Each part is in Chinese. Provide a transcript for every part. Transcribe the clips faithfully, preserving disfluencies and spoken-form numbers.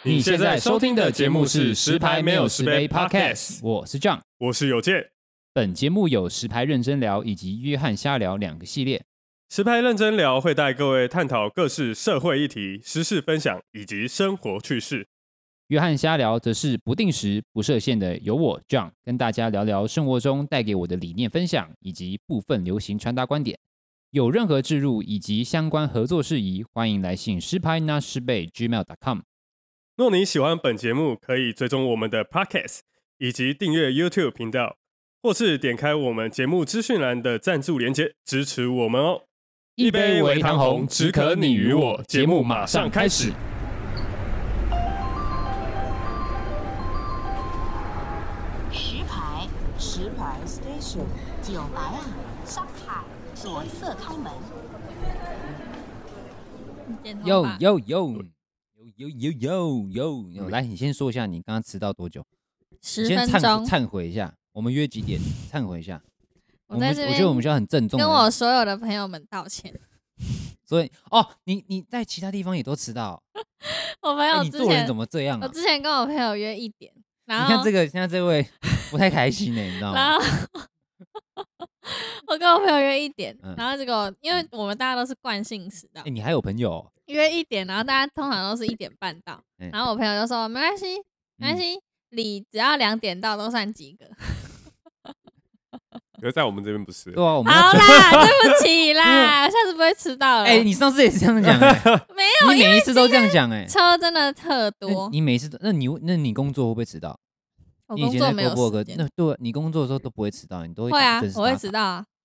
你现在收听的节目是十排没有十杯 Podcast， 我是 John， 我是有健。 本节目有十排认真聊以及约翰瞎聊两个系列。 十排认真聊会带各位探讨各式社会议题、时事分享以及生活趣事。 约翰瞎聊则是不定时不设限的，由我 John 跟大家聊聊生活中带给我的理念分享以及部分流行传达观点。有任何置入以及相关合作事宜，欢迎来信十排那十杯 gmail 点 com。 若你喜欢本节目，可以追踪我们的 Podcast 以及订阅 YouTube 频道，或是点开我们节目资讯栏的赞助连结支持我们哦。 一杯微糖红，只可你与我。节目马上开始。 石牌，石牌 Station， 九白啊，上海，左侧开门。 哟哟哟哟哟哟哟哟！来，你先说一下你刚刚迟到多久？ 十分钟。 先忏悔一下，我们约几点？忏悔一下。 我在这边， 我觉得我们需要很郑重的跟我所有的朋友们道歉。 所以哦，你你在其他地方也都迟到。 我朋友之前、欸、 你做人怎么这样啊？ 我之前跟我朋友约一点，然后你看这个现在这位不太开心呢、欸，你知道吗？ 然后我跟我朋友约一点，嗯、然后这个因为我们大家都是惯性迟到。 哎、欸，你还有朋友、哦？ 约一点，然后大家通常都是一点半到，欸、然后我朋友就说没关系，没关系，你、嗯、只要两点到都算及格。 可是在我们这边不是。 对啊，我们好啦，对不起啦，下次不会迟到了。 哎、欸，你上次也是这样讲哎、欸， 没有， 你每一次都这样讲哎、欸， 车真的特多。 你每一次都，那你那你工作会不会迟到？ 我工作没有时间。 那对，你工作的时候都不会迟到，你都会会啊，我会迟到啊。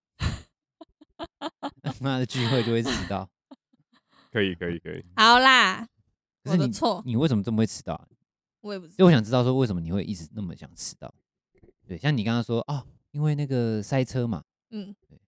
妈的聚会就会迟到。 可以可以可以。 好啦， 可是你我的错。 你为什么这么会迟到、啊？ 我也不知道。 因为我想知道说为什么你会一直那么想迟到。对，像你刚刚说哦，因为那个塞车嘛。 嗯，对。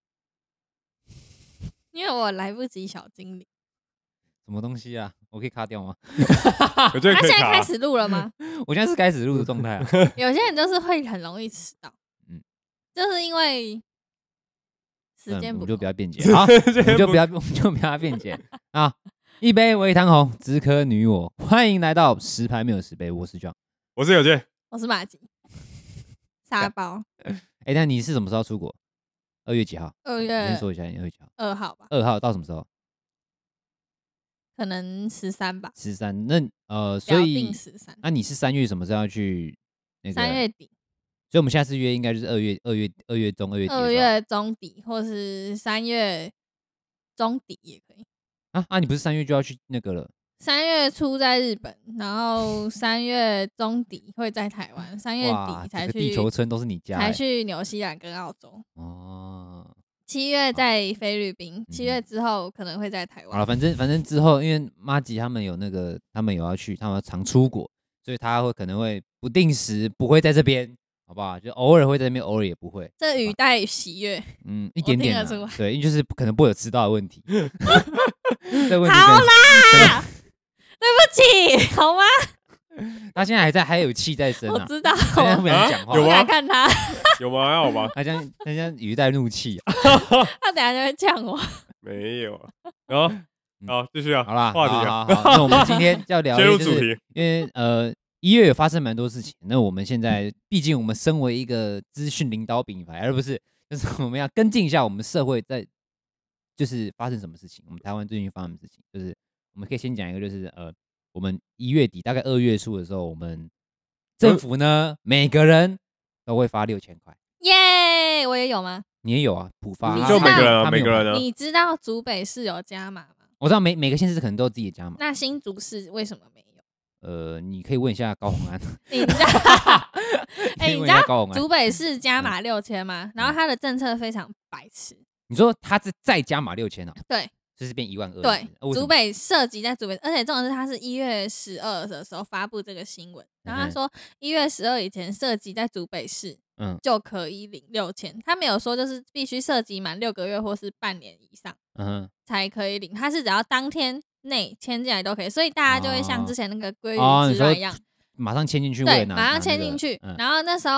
因为我来不及小精灵。 什么东西啊？我可以卡掉吗？ 我觉得可以卡。 他现在开始录了吗？ 我现在是开始录的状态啊。 有些人就是会很容易迟到，嗯，就是因为时间不够、嗯，我们就不要辩解，好，我们就不要，我们就不要辩解啊！一杯微糖红，只可你我。欢迎来到十排没有十杯，我是 John， 我是有健， 我是马吉，沙包。 哎、欸，那你是什么时候出国？二月几号？ 二月， 先说一下，二月几号？ 二号吧。 二号到什么时候？ 可能十三吧。 十三，那呃，所以十三。 那、啊、你是三月什么时候要去？那个三月底。 所以我们下次约应该就是二月二月二月中二月底。 二月中底，或是三月中底也可以。 啊啊！你不是三月就要去那个了？ 三月初在日本，然后三月中底会在台湾，三月底才去。 地球村都是你家、欸， 才去纽西兰跟澳洲。 哦。 七月在菲律宾，七、啊、月之后可能会在台湾。 好了，反正反正之后，因为妈吉他们有那个，他们有要去，他们常出国，所以他会可能会不定时不会在这边，好不好？就偶尔会在这边，偶尔也不会。 这语带喜悦， 嗯，一点点、啊， 我听得出来对，因为就是可能不会有迟到的问题。这问题好啦，对不起，好吗？ 他现在还在，还有气在身啊！ 我知道， 他现在不想讲话， 有吗？ 看他有吗？还好吧？ 他现在他现在语带怒气、啊， 他等下就会呛我。 没有啊，好，好，继续啊， 好啦， 话题啊，好好好，那我们今天要聊， 切入主题， 因为呃一月有发生蛮多事情，那我们现在毕竟我们身为一个资讯领导品牌，而不是就是我们要跟进一下我们社会在就是发生什么事情，我们台湾最近发生什么事情，就是我们可以先讲一个，就是呃。我们一月底大概二月初的时候，我们政府呢、嗯、每个人都会发六千块。 耶，我也有吗？ 你也有啊，普发。 就每个人啊，每个人啊。 你知道竹北市有加码吗？ 我知道每每个县市可能都有自己的加码。 那新竹市为什么没有？ 呃，你可以问一下高虹安。 你知道？哎、欸，你知道竹北市加码六千吗？嗯、然后他的政策非常白痴。 你说他是再加码六千啊？ 对。 就是变一万二。 对，竹北涉及在竹北，而且重点是他是一月十二的时候发布这个新闻，然后他说一月十二以前涉及在竹北市，嗯，就可以领六千。他没有说就是必须涉及满六个月或是半年以上，嗯，才可以领。他是只要当天内签进来都可以，所以大家就会像之前那个鲑鱼之乱一样， 哦、马上签进去， 对，马上签进去、嗯。然后那时候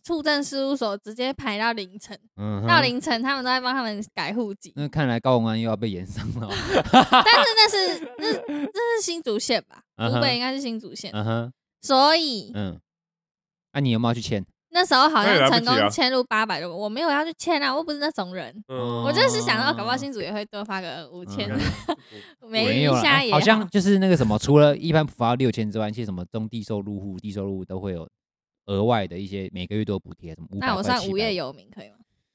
户政事务所直接排到凌晨， 嗯， 到凌晨他们都在帮他们改户籍。 那看来高虹安又要被延上了。 但是那是那这是新竹县吧？竹北应该是新竹县， 嗯哼， 所以嗯，那你有没有去签？ 那时候好像成功迁入八百多个，我没有要去签啊，我不是那种人。嗯、我就是想到，搞不好新竹也会多发个五千，没一下也好像就是那个什么，除了一般普发六千之外，一些什么中低收入户、低收入户都会有额外的一些每个月都有补贴，什么五百块。 那我算无业游民可以吗？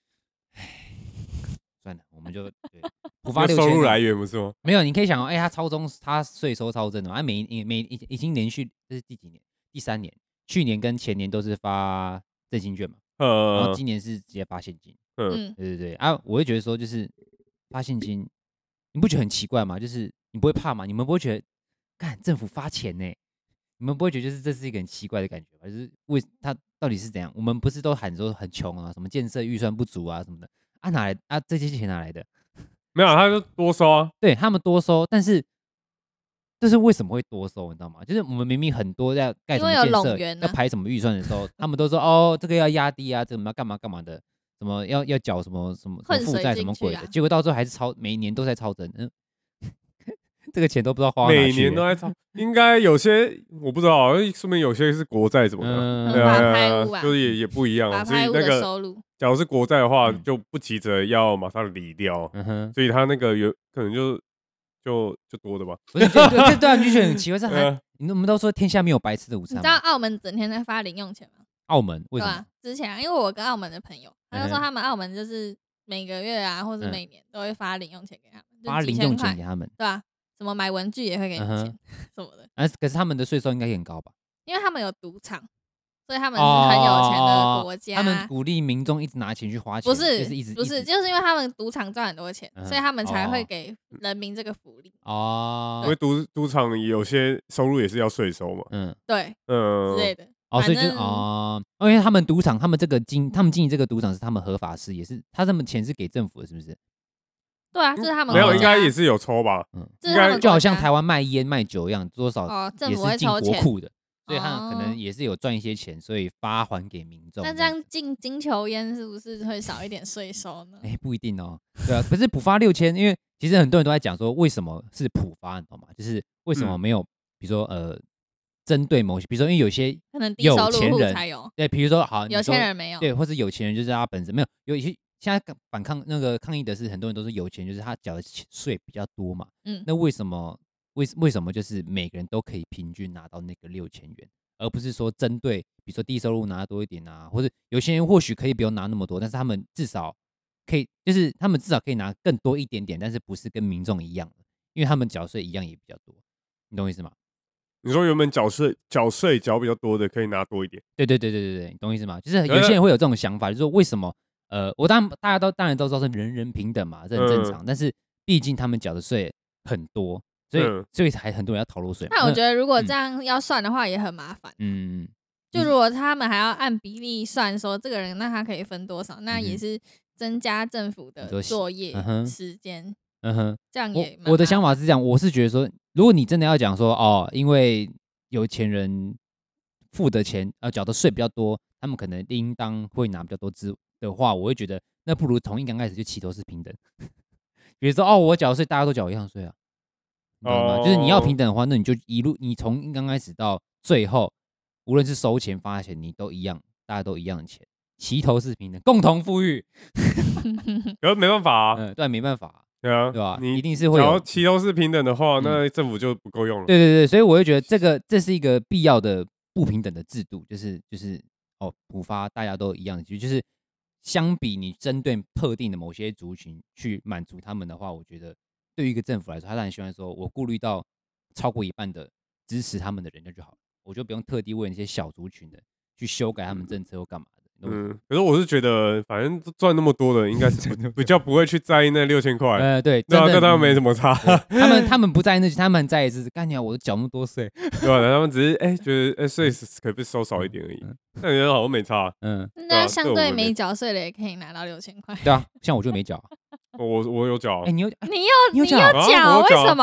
算了，我们就普发六千。 收入来源不是吗？ 没有，你可以想哦，哎、欸，他超中，他税收超正的嘛，他每每已经连续这是第几年？第三年。去年跟前年都是发振兴券嘛， 呃， 然后今年是直接发现金，嗯，对对对啊，我会觉得说就是发现金，你不觉得很奇怪吗？就是你不会怕吗？你们不会觉得，干政府发钱呢？你们不会觉得就是这是一个很奇怪的感觉吗？就是为他到底是怎样？我们不是都喊说很穷啊，什么建设预算不足啊什么的啊，哪来啊？这些钱哪来的？ 没有，他就多收啊， 对他们多收，但是。就是为什么会多收，你知道吗？就是我们明明很多要盖什么建设、啊、要排什么预算的时候，他们都说哦，这个要压低啊，这个要干嘛干嘛的，什么要要缴什么什么负债什么鬼的，啊、结果到最后还是超每一年都在超增，嗯，这个钱都不知道花到哪去。 每年都在超，应该有些我不知道，说明有些是国债怎么的， 嗯、 对啊，就是也也不一样、啊，所以那个假如是国债的话，嗯、就不急着要马上理掉，嗯哼，所以他那个有可能就。就就多的吧， 不是这这对啊，就觉得很奇怪。这还你我们都说天下没有白吃的午餐。 你知道澳门整天在发零用钱吗？ 澳门为什么？ 对啊，之前、啊、因为我跟澳门的朋友，他就说他们澳门就是每个月啊，或者每年都会发零用钱给他们， 发零用钱给他们， 对啊，什么买文具也会给你钱、嗯、什么的。 啊，可是他们的税收应该也很高吧？ 因为他们有赌场。所以他们是很有钱的国家， 哦、他们鼓励民众一直拿钱去花钱， 不是， 就是一直不是，就是因为他们赌场赚很多钱，嗯、所以他们才会给人民这个福利哦。因为赌赌场有些收入也是要税收嘛， 嗯，对， 嗯之类的。 哦，所以就哦，因为他们赌场，他们这个经，他们经营这个赌场是他们合法事业，是他们钱是给政府的，是不是？ 对啊，这是他们没有，应该也是有抽吧？ 嗯，应该就好像台湾卖烟卖酒一样，多少哦，政府也是进国库的。所以他哦可能也是有赚一些钱，所以发还给民众。 那这样进金球烟是不是会少一点税收呢？ 哎、欸，不一定哦。对啊，可是普发六千，因为其实很多人都在讲说，为什么是普发，你懂吗？就是为什么没有，嗯、比如说呃，针对某些，比如说因为有些可能低收入户才有， 对，比如说好， 有钱人没有， 对，或者有钱人就是他本身没有，有一些现在反抗那个抗议的是很多人都是有钱，就是他缴的税比较多嘛。嗯，那为什么为为什么就是每个人都可以平均拿到那个六千元？而不是说针对，比如说低收入拿多一点啊，或者有些人或许可以不用拿那么多，但是他们至少可以，就是他们至少可以拿更多一点点，但是不是跟民众一样的，因为他们缴税一样也比较多，你懂我意思吗？ 你说原本缴税缴税缴比较多的可以拿多一点， 对对对对对对，你懂我意思吗？就是有些人会有这种想法，就是说为什么呃，我当然大家都当然都知道是人人平等嘛，这很正常，嗯、但是毕竟他们缴的税很多。所以，嗯、所以才很多人要逃漏税。 那我觉得，如果这样要算的话，也很麻烦。嗯，就如果他们还要按比例算，说这个人那他可以分多少，那也是增加政府的作业时间。嗯哼，这样也我。我的想法是这样，我是觉得说，如果你真的要讲说，哦，因为有钱人付的钱呃缴的税比较多，他们可能应当会拿比较多资的话，我会觉得那不如从一刚开始就齐头是平等。比如说，哦，我缴的税大家都缴一样税啊。Oh. 就是你要平等的话，那你就一路你从刚开始到最后，无论是收钱发钱，你都一样，大家都一样的钱，齐头是平等，共同富裕。 可是没办法啊， 嗯，对，没办法、啊， 对啊， 对吧？ 你一定是会有。 然后齐头是平等的话，那政府就不够用了。 对对对，所以我会觉得这个这是一个必要的不平等的制度，就是就是哦，普发大家都一样，就是相比你针对特定的某些族群去满足他们的话，我觉得。对于一个政府来说，他当然希望说，我顾虑到超过一半的支持他们的人那就好了，我就不用特地为那些小族群的去修改他们政策或干嘛的。 嗯，可是我是觉得，反正赚那么多的，应该是比较不会去在意那六千块。 呃，对， 对啊，跟他们没什么差。 他们他们不在意那些，他们很在意是干你啊，我缴那么多税， 对吧？他们只是哎、欸、觉得哎税可不可以收少一点而已。那你觉得好像没差。 嗯，那相对没缴税的也可以拿到六千块。 对啊，像我就没缴。 我我有缴， 哎、欸，你有你有你有缴、啊，为什么？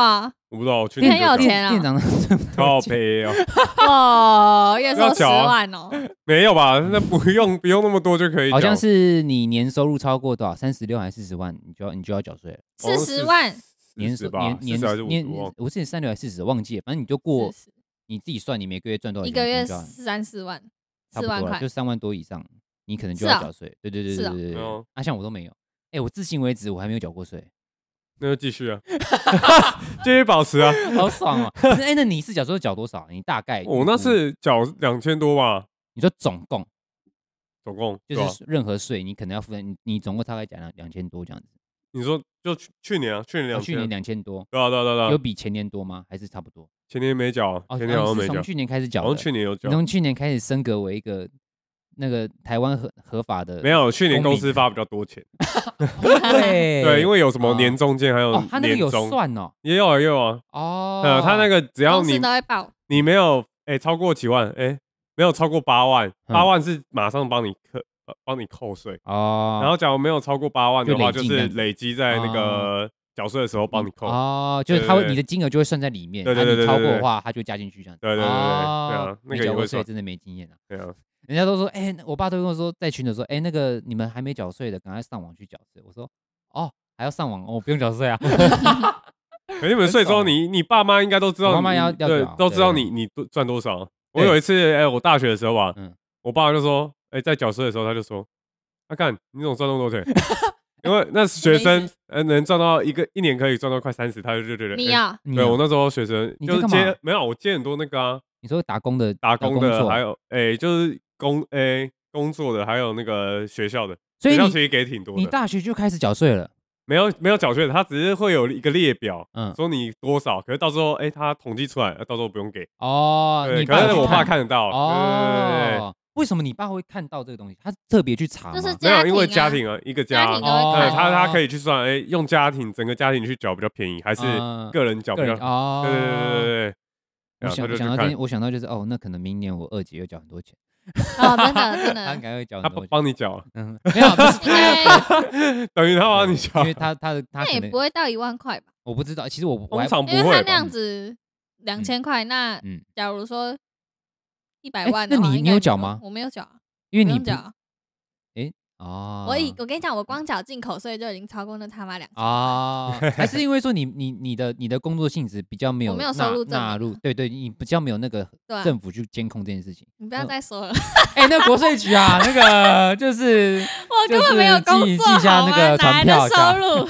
我不知道，我去你年很有钱啊， 店长靠赔哦， 哦，月收十万哦， 没有吧？那不用不用那么多就可以缴， 好像是你年收入超过多少，三十六还是四十万，你就要你就要缴税了。 四十万年收年年年年，我之前三十六还是四十，忘记了，反正你就过，你自己算，你每个月赚多少钱？ 一个月三四万，四万块， 就三万多以上，你可能就要缴税。对对对对对对。啊，像我都没有，哎，我至今为止我还没有缴过税。 那就继续啊，继续保持啊， 好爽哦！哎，那你是缴税缴多少？你大概？ 我那是缴两千多吧？ 你说总共？ 总共就是任何税，你可能要付，你你总共大概缴两两千多这样子。 你说就去去年啊，去年两去年两千多， 对啊对啊对啊， 有比前年多吗？还是差不多？ 前年没缴，前年好像没缴。 从去年开始缴， 从去年有缴， 从去年开始升格为一个那个台湾合合法的。 没有，去年公司发比较多钱。 对对，因为有什么年中间还有他那个有算哦， 也有啊也有啊。哦，呃，他那个只要你你没有哎超过几万哎，没有超过八万，八万是马上帮你扣帮你扣税哦。然后假如没有超过八万的话，就是累积在那个缴税的时候帮你扣哦，就是他会你的金额就会算在里面， 对对对对， 超过的话他就加进去这样。 对对对对啊，那个缴过税真的没经验啊。 对啊。 人家都说，哎、欸，我爸都跟我说，在群的说，哎、欸，那个你们还没缴税的，赶快上网去缴税。我说，哦，还要上网哦，不用缴税啊。 可你们税收，你你爸妈应该都知道， 妈妈要对，都知道你你赚多少。我有一次，哎、欸，我大学的时候吧，嗯，我爸就说，哎、欸，在缴税的时候，他就说，阿、啊、干，你怎么赚那么多钱？因为那学生呃能赚到一个一年可以赚到快三十，他就就觉得， 你要， 对我那时候学生就是接没有，我接很多那个啊， 你说打工的， 打工的，还有哎、欸，就是。工诶、欸，工作的还有那个学校的， 所以学校其实给挺多的。 你大学就开始缴税了？ 没有没有缴税的，他只是会有一个列表，嗯，说你多少，可是到时候哎、欸，他统计出来，到时候不用给哦。 对，可是我爸看得到哦。对对对， 为什么你爸会看到这个东西？他特别去查吗？ 就是没有，因为家庭啊，一个家， 对， 他他可以去算，哎、欸，用家庭整个家庭去缴比较便宜，还是个人缴比较？哦，对对对对对。 我想我想到我想到就是哦，那可能明年我二姐又缴很多钱。 哦，真的真的， 他应该会缴他帮你缴， 嗯，没有，不是等于他帮你缴， 因为他他他那也不会到一万块吧？ 我不知道，其实我通常不会， 因为他那样子两千块，那假如说一百万， 那你你有缴吗？ 我没有缴， 因为你缴， 哎哦， 我以我跟你讲，我光缴进口税就已经超过那他妈两千啊，还是因为说你你你的你的工作性质比较没有没有收入纳入，对对，你比较没有那个政府去监控这件事情。 你不要再说了， 哎，那国税局啊，那个就是我根本没有工作， 记下那个传票收入。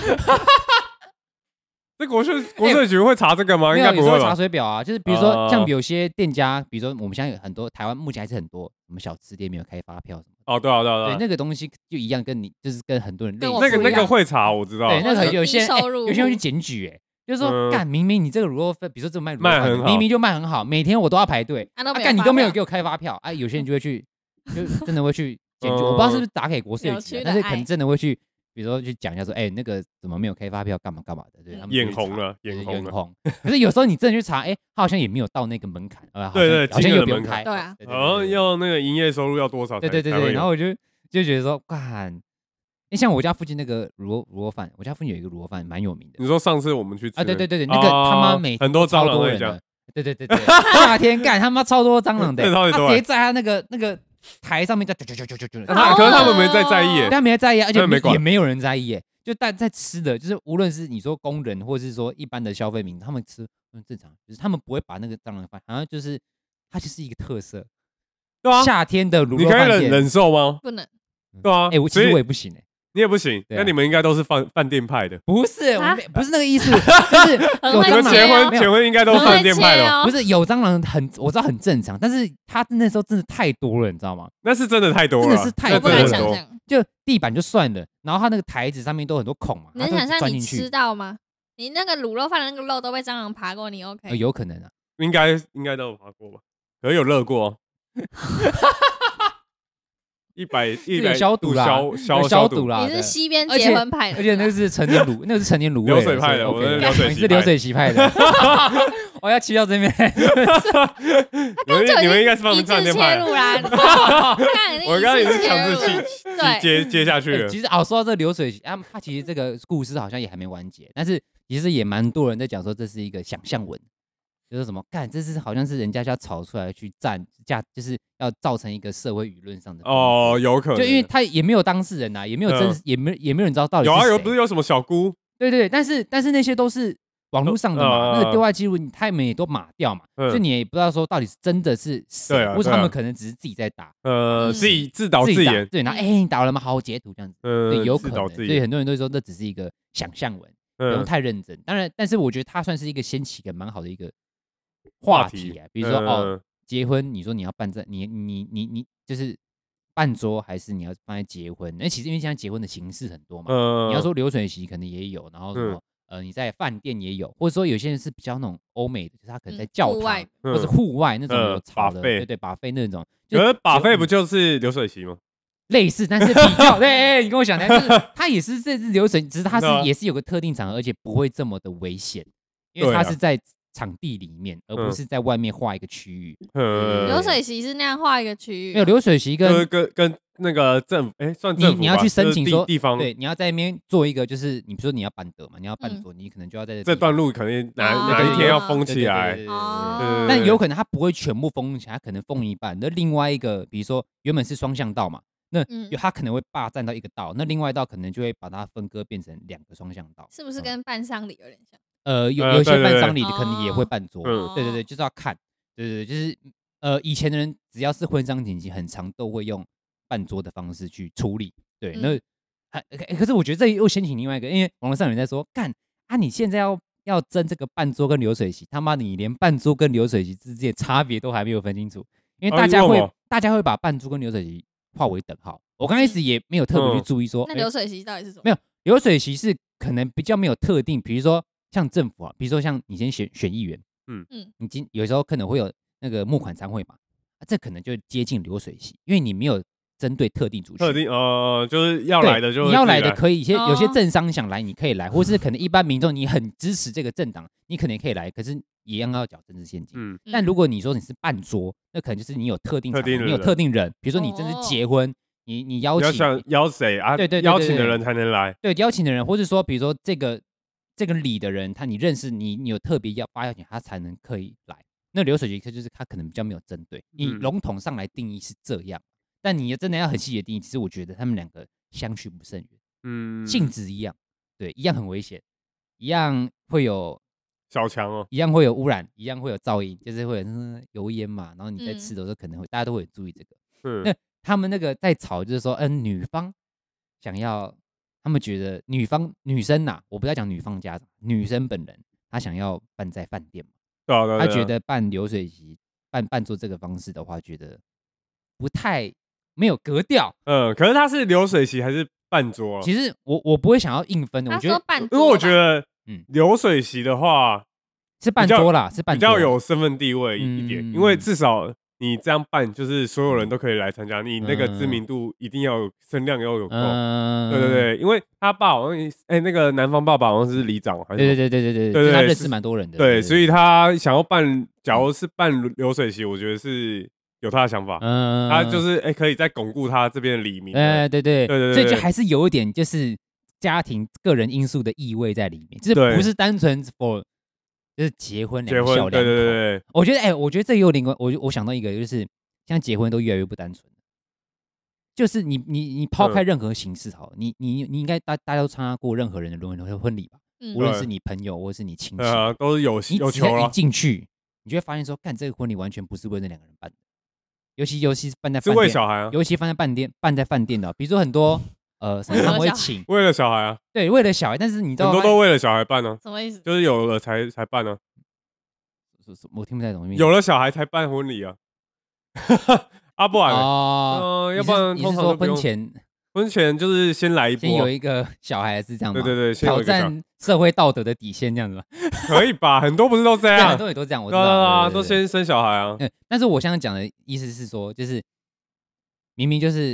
这国税国税局会查这个吗？应该不会吧？ 查水表啊，就是比如说像有些店家，比如说我们现在有很多台湾目前还是很多什么小吃店没有开发票什么。 哦，对啊，对啊， 对，那个东西就一样，跟你就是跟很多人那个那个会查，我知道。 对，那个有些有些人去检举，哎，就是说干明明你这个卤肉饭，比如说这卖卤肉饭，明明就卖很好，每天我都要排队，干你都没有给我开发票，哎，有些人就会去，就真的会去检举。我不知道是不是打给国税局，但是可能真的会去。比如说去讲一下说，哎、欸，那个怎么没有开发票，干嘛干嘛的，对，他们眼红了，眼红了。 可是有时候你真的去查，哎、欸，他好像也没有到那个门槛，啊， 对对， 好像又不用开， 对啊， 好像要那个营业收入要多少？ 对对对对。然后我就就觉得说，干，哎，像我家附近那个卤肉卤肉饭，我家附近有一个卤肉饭蛮有名的。 你说上次我们去吃啊？对对对对，那个他妈每很多蟑螂人的，对对对对，夏天干他妈超多蟑螂的，他直接在他那个那个。台上面在啾啾啾啾啾啾， 他可是他们没在在意， 他没在在意，而且也没有人在意，就大在吃的，就是无论是你说工人或是说一般的消费民，他们吃很正常，就是他们不会把那个蟑螂放，好像就是它就是一个特色， 对啊， 夏天的卤肉饭店，你可以忍忍受吗？ 不能， 对啊， 哎，我其实我也不行哎。 你也不行，那你们应该都是饭饭店派的， 不是，不是那个意思，就是有蟑螂结婚结婚应该都是饭店派的， 不是有蟑螂很我知道很正常，但是他那时候真的太多了，你知道吗？ 那是真的太多了， 真的是太多了， 就地板就算了，然后他那个台子上面都很多孔嘛， 你能想象你吃到吗？你那个卤肉饭的那个肉都被蟑螂爬过，你 OK？ 有可能啊， 应该应该都有爬过吧，可能有热过。一百一百消毒啦， 消消消毒啦。 你是西边结婚派的， 而且那是成年卤，那是成年卤味流水派的，我是流水你是流水席派的。 我要骑到这边。 你们你们应该是放上电派啦。 我刚刚也是强制接接接下去了。 其实哦，说到这个流水席，啊，他其实这个故事好像也还没完结，但是其实也蛮多人在讲说这是一个想象文，就是什么干，这是好像是人家要炒出来去站架，就是要造成一个社会舆论上的哦，有可能， 就因为他也没有当事人啊，也没有真，也没也没有人知道到底是谁。 有啊，有不是有什么小姑？ 对对，但是但是那些都是。网络上的嘛，那个对外记录，他们也都码掉嘛，所以你也不知道说到底是真的是谁，或者他们可能只是自己在打， 呃，自己自导自演， 对，然后哎，你打了吗？好，我截图这样子，对，有可能，所以很多人都说这只是一个想象文，不用太认真。当然，但是我觉得它算是一个掀起一个蛮好的一个话题啊，比如说哦，结婚，你说你要办在你你你你就是办桌，还是你要放在结婚？那其实因为现在结婚的形式很多嘛，你要说流水席可能也有，然后什么。呃，你在饭店也有，或者说有些人是比较那种欧美的，就是他可能在教堂、嗯、或者户外那种有炒的，对对，把费那种。 可是把费不就是流水席吗？ 类似，但是比较对，哎，你跟我讲的，就是它也是这是流水，只是它是也是有个特定场合，而且不会这么的危险，因为它是在场地里面，而不是在外面画一个区域。 嗯，流水席是那样画一个区域， 没有流水席跟跟跟。那个政府，哎，算政府吧， 你你要去申请说地方， 对，你要在那边做一个，就是你比如说你要办德嘛，你要办桌，你可能就要在这段路可能哪哪一天要封起来， 但有可能它不会全部封起来，它可能封一半。那另外一个，比如说原本是双向道嘛，那它可能会霸占到一个道，那另外一道可能就会把它分割变成两个双向道， 是不是跟办丧礼有点像？ 呃，有有些办丧礼的可能也会办桌，对对对，就是要看，对对对，就是呃，以前的人只要是婚丧紧急，很常都会用。办桌的方式去处理，对，那还、嗯、可是我觉得这又掀起另外一个，因为网络上有人在说，干啊，你现在要要争这个办桌跟流水席，他妈你连办桌跟流水席之间的差别都还没有分清楚，因为大家会、啊、大家会把办桌跟流水席划为等号。我刚开始也没有特别去注意说， 嗯、那流水席到底是什么？ 没有，流水席是可能比较没有特定，比如说像政府啊，比如说像你先选选议员，嗯嗯，你今有时候可能会有那个募款餐会嘛，啊、这可能就接近流水席，因为你没有。针对特定族群， 特定呃，就是要来的就你要来的可以，一些有些政商想来，你可以来，或是可能一般民众你很支持这个政党，你可能也可以来，可是一样要缴政治现金。嗯，但如果你说你是办桌，那可能就是你有特定场合，你有特定人，比如说你真是结婚，你你邀请邀谁啊？ 对对， 邀请的人才能来。 对，邀请的人，或是说比如说这个这个礼的人，他你认识你，你有特别要发邀请，他才能可以来。那流水席就是他可能比较没有针对，你笼统上来定义是这样。但你真的要很细的定义，其实我觉得他们两个相去不甚远，嗯，性质一样，对，一样很危险，一样会有小强哦， 一样会有污染，一样会有噪音，就是会有油烟嘛，然后你在吃的时候可能会、嗯、大家都会注意这个。嗯，那他们那个在吵，就是说，嗯、呃，女方想要，他们觉得女方女生呐、啊，我不要讲女方家长，女生本人她想要办在饭店嘛， 对啊对啊， 她觉得办流水席办办做这个方式的话，觉得不太。没有格调， 嗯，可是它是流水席还是办桌、啊？ 其实我我不会想要硬分的，我觉得， 因为我觉得，嗯，流水席的话是办桌啦，是办桌比较有身份地位一点、嗯，因为至少你这样办，就是所有人都可以来参加，你那个知名度一定要有声量要有够、嗯，对对对，因为他爸好像，哎、欸，那个男方爸爸好像是里长还是对对对对对对对，他认识蛮多人的， 对，所以他想要办，假如是办流水席，我觉得是。有他的想法，嗯，他就是哎、欸，可以再巩固他这边的里民， 哎、嗯，对对对对，所以就还是有一点就是家庭个人因素的意味在里面，就是不是单纯 for 就是结婚两个小两口，对对对，我觉得哎、欸，我觉得这也有另外，我我想到一个就是现在结婚都越来越不单纯，就是你你你抛开任何形式好了，嗯、你你你应该大大家都参加过任何人的婚婚礼吧，嗯、无论是你朋友或是你亲戚， 啊，都是有有求了， 一进去你就会发现说，干这个婚礼完全不是为那两个人办的。尤其尤其是办在饭店， 是为小孩啊。 尤其办在饭店，办在饭店的，比如说很多呃，他们会请为了小孩啊， 对，为了小孩。但是你知道很多都为了小孩办啊，什么意思？ 就是有了才才办啊。 我听不太懂。 有了小孩才办婚礼啊？啊不然哦、呃，要不然通常说婚前婚前就是先来一波， 先有一个小孩是这样吗？ 对对对， 挑战社会道德的底线这样子吗？ 可以吧？很多不是都这样， 很多也都这样，我知道啊，都先生小孩啊。 但是我现在讲的意思是说，就是明明就是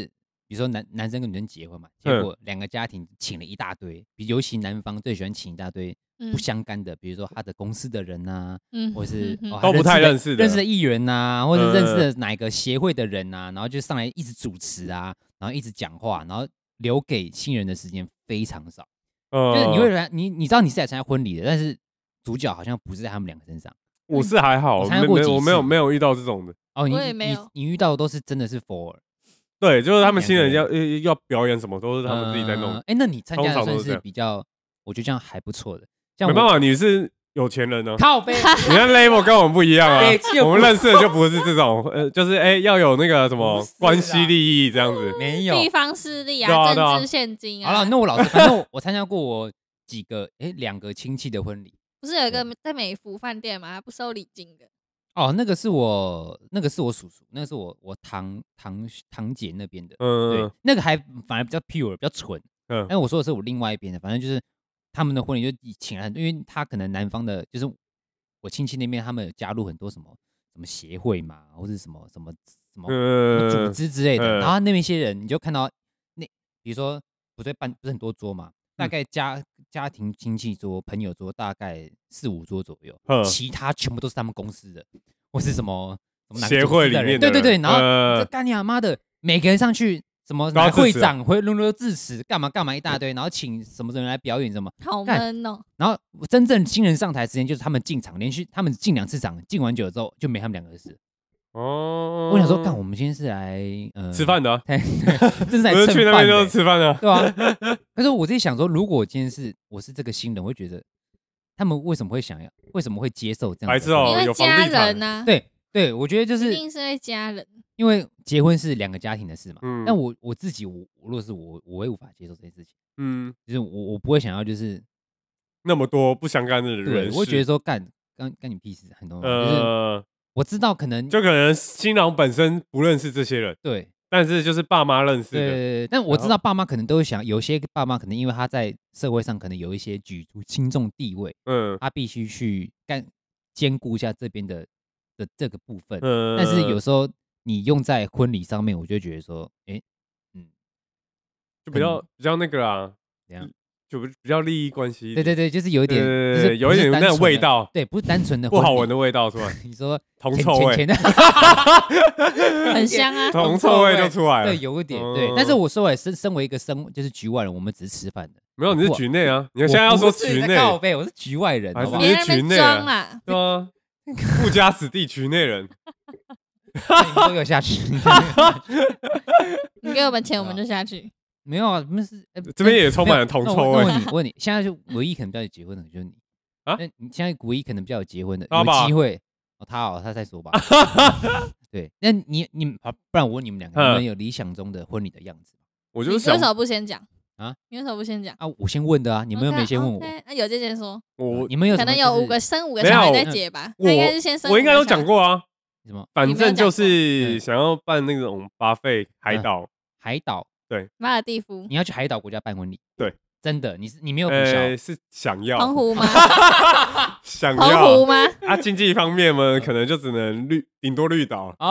比如说男男生跟女生结婚嘛，结果两个家庭请了一大堆，比尤其男方最喜欢请一大堆不相干的，比如说他的公司的人呐，嗯，或是、 嗯哦、都不太认识的认识的艺人呐，或者认识的哪个协会的人呐，然后就上来一直主持啊，然后一直讲话，然后留给新人的时间非常少。嗯、就是你会你你知道你是来参加婚礼的，但是主角好像不是在他们两个身上。 我是还好，我参加过几次，我没有没有遇到这种的。 哦，你我也没有， 你你遇到的都是真的是 for。 对，就是他们新人要要表演什么，都是他们自己在弄。 哎、呃，那你参加的算是比较，我觉得这样还不错的。 没办法，你是有钱人呢、啊。 靠背， 你看 level 跟我们不一样啊。我们认识的就不是这种，呃，就是哎、欸、要有那个什么关系利益这样子。 没有地方势力啊，啊政治现金啊。 好了，那我老实，反正 我, 我参加过我几个哎两个亲戚的婚礼。 不是有一个在美孚饭店吗？不收礼金的。 哦，那个是我，那个是我叔叔，那个是我我堂堂堂姐那边的，嗯，对，那个还反而比较 pure， 比较纯，嗯，但我说的是我另外一边的，反正就是他们的婚礼就请了很多，因为他可能南方的，就是我亲戚那边他们有加入很多什么什么协会嘛，或者什么什么什么, 什么组织之类的，嗯、然后那边一些人你就看到那比如说不是办不是很多桌嘛。大概家家庭亲戚桌、朋友桌大概四五桌左右，其他全部都是他们公司的，或是什么什么协会里面的人，对对对，然后这干你妈的，每个人上去什么会长会轮流致辞，干嘛干嘛一大堆，然后请什么人来表演什么， 好闷哦。 然后真正新人上台时间就是他们进场，连续他们进两次场，进完酒之后就没他们两个的事。哦，我想说，干，我们今天是来呃吃饭的、啊， 对对，这是来吃饭的，去那边就是吃饭的， 对啊。可是我自己想说，如果我今天是我是这个新人，我会觉得他们为什么会想要，为什么会接受这样？ 白痴哦， 因为家人啊，对对，我觉得就是一定是为家人， 因为结婚是两个家庭的事嘛。嗯，但我我自己，我如果是我，我会无法接受这件事情。嗯，就是我我不会想要就是那么多不相干的人， 对，我会觉得说干干干你屁事，很多呃。就是我知道可能就可能新郎本身不认识这些人， 对， 但是就是爸妈认识的， 对，但我知道爸妈可能都会想，有些爸妈可能因为他在社会上可能有一些举足轻重地位，嗯，他必须去干兼顾一下这边的的这个部分，嗯，但是有时候你用在婚礼上面，我就觉得说，哎，嗯， 就比较比较那个啊，怎样？就比较利益关系， 对对对，就是有一点，就是有一点那种味道， 对，不是单纯的不好闻的味道出来。 你说铜臭味， 很香啊， 铜臭味就出来了。 对，有一点对。但是我说，我身身为一个身就是局外人，我们只是吃饭的。 没有，你是局内啊！你现在要说局内， 我是局外人， 还是你是局内啊？对啊，富家子弟局内人， 你都给我下去！ 你给我们钱，我们就下去。 没有啊，我们是、欸、 这边也充满了铜臭味。 我问你，问你，现在就唯一可能比较有结婚的就是你啊？那你现在唯一可能比较有结婚的有机会哦，他哦，他再说吧。对，那你你不然我问你们两个，你们有理想中的婚礼的样子吗？ 我就是想， 你为什么不先讲啊？你为什么不先讲啊？我先问的啊，你们又没先问我。 那有这件说， 我你们有可能有五个生五个小孩在结吧？我应该是先生。 我应该有讲过啊。 什么？ 反正就是想要办那种buffet海岛， 海岛。对， 马尔地夫， 你要去海岛国家办婚礼？ 对， 真的，你是你没有补销、 欸，是想要澎湖吗？ 想要澎湖吗？ 啊，经济方面嘛，可能就只能绿，顶多绿岛啊。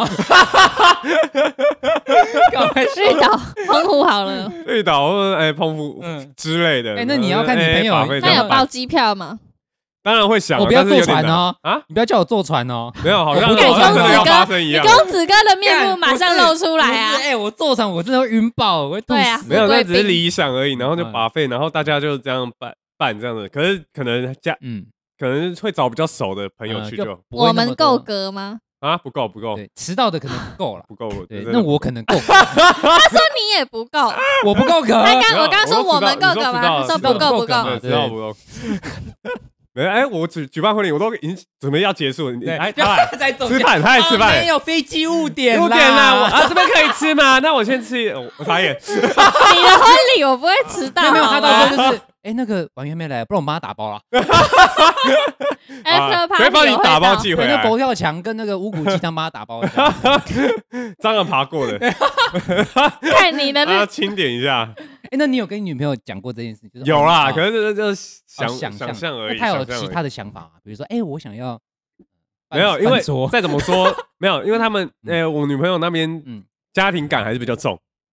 绿岛、澎湖好了， 绿岛或者哎澎湖之类的。 哎、欸，那你要看你朋友， 欸、 那有包机票吗？ 当然会想， 我不要坐船哦啊！你不要叫我坐船哦， 没有，好像公子要发生一样。 你公子哥的面目马上露出来啊！ 哎，我坐船我真的会晕爆，我会痛死。 没有，那只是理想而已，然后就buffet，然后大家就这样办办这样的。可是可能家嗯，可能会找比较熟的朋友去就。 我们够格吗？ 啊，不够不够， 迟到的可能不够了， 不够。 对，那我可能够。 他说你也不够， 我不够格。 他刚我刚说我们够格吗？他说不够不够， 知道不够。哎，我举举办婚礼，我都已经准备要结束了。哎，他在吃饭，他在吃饭。 没有飞机误点， 误点啦！啊，这边可以吃吗？那我先吃。我傻眼。 你的婚礼我不会迟到。 没有，他到时候就是，哎，那个婉媛没来，不然我帮他打包了。 可以帮你打包寄回来。 那佛跳墙跟那个五谷鸡汤帮他打包。 蟑螂爬过的。 看你的， 要清点一下。 哎，那你有跟你女朋友讲过这件事？ 有啦，可是就是想想象而已。 他有其他的想法吗？比如说，哎，我想要没有，因为再怎么说没有，因为他们，哎，我女朋友那边家庭感还是比较重，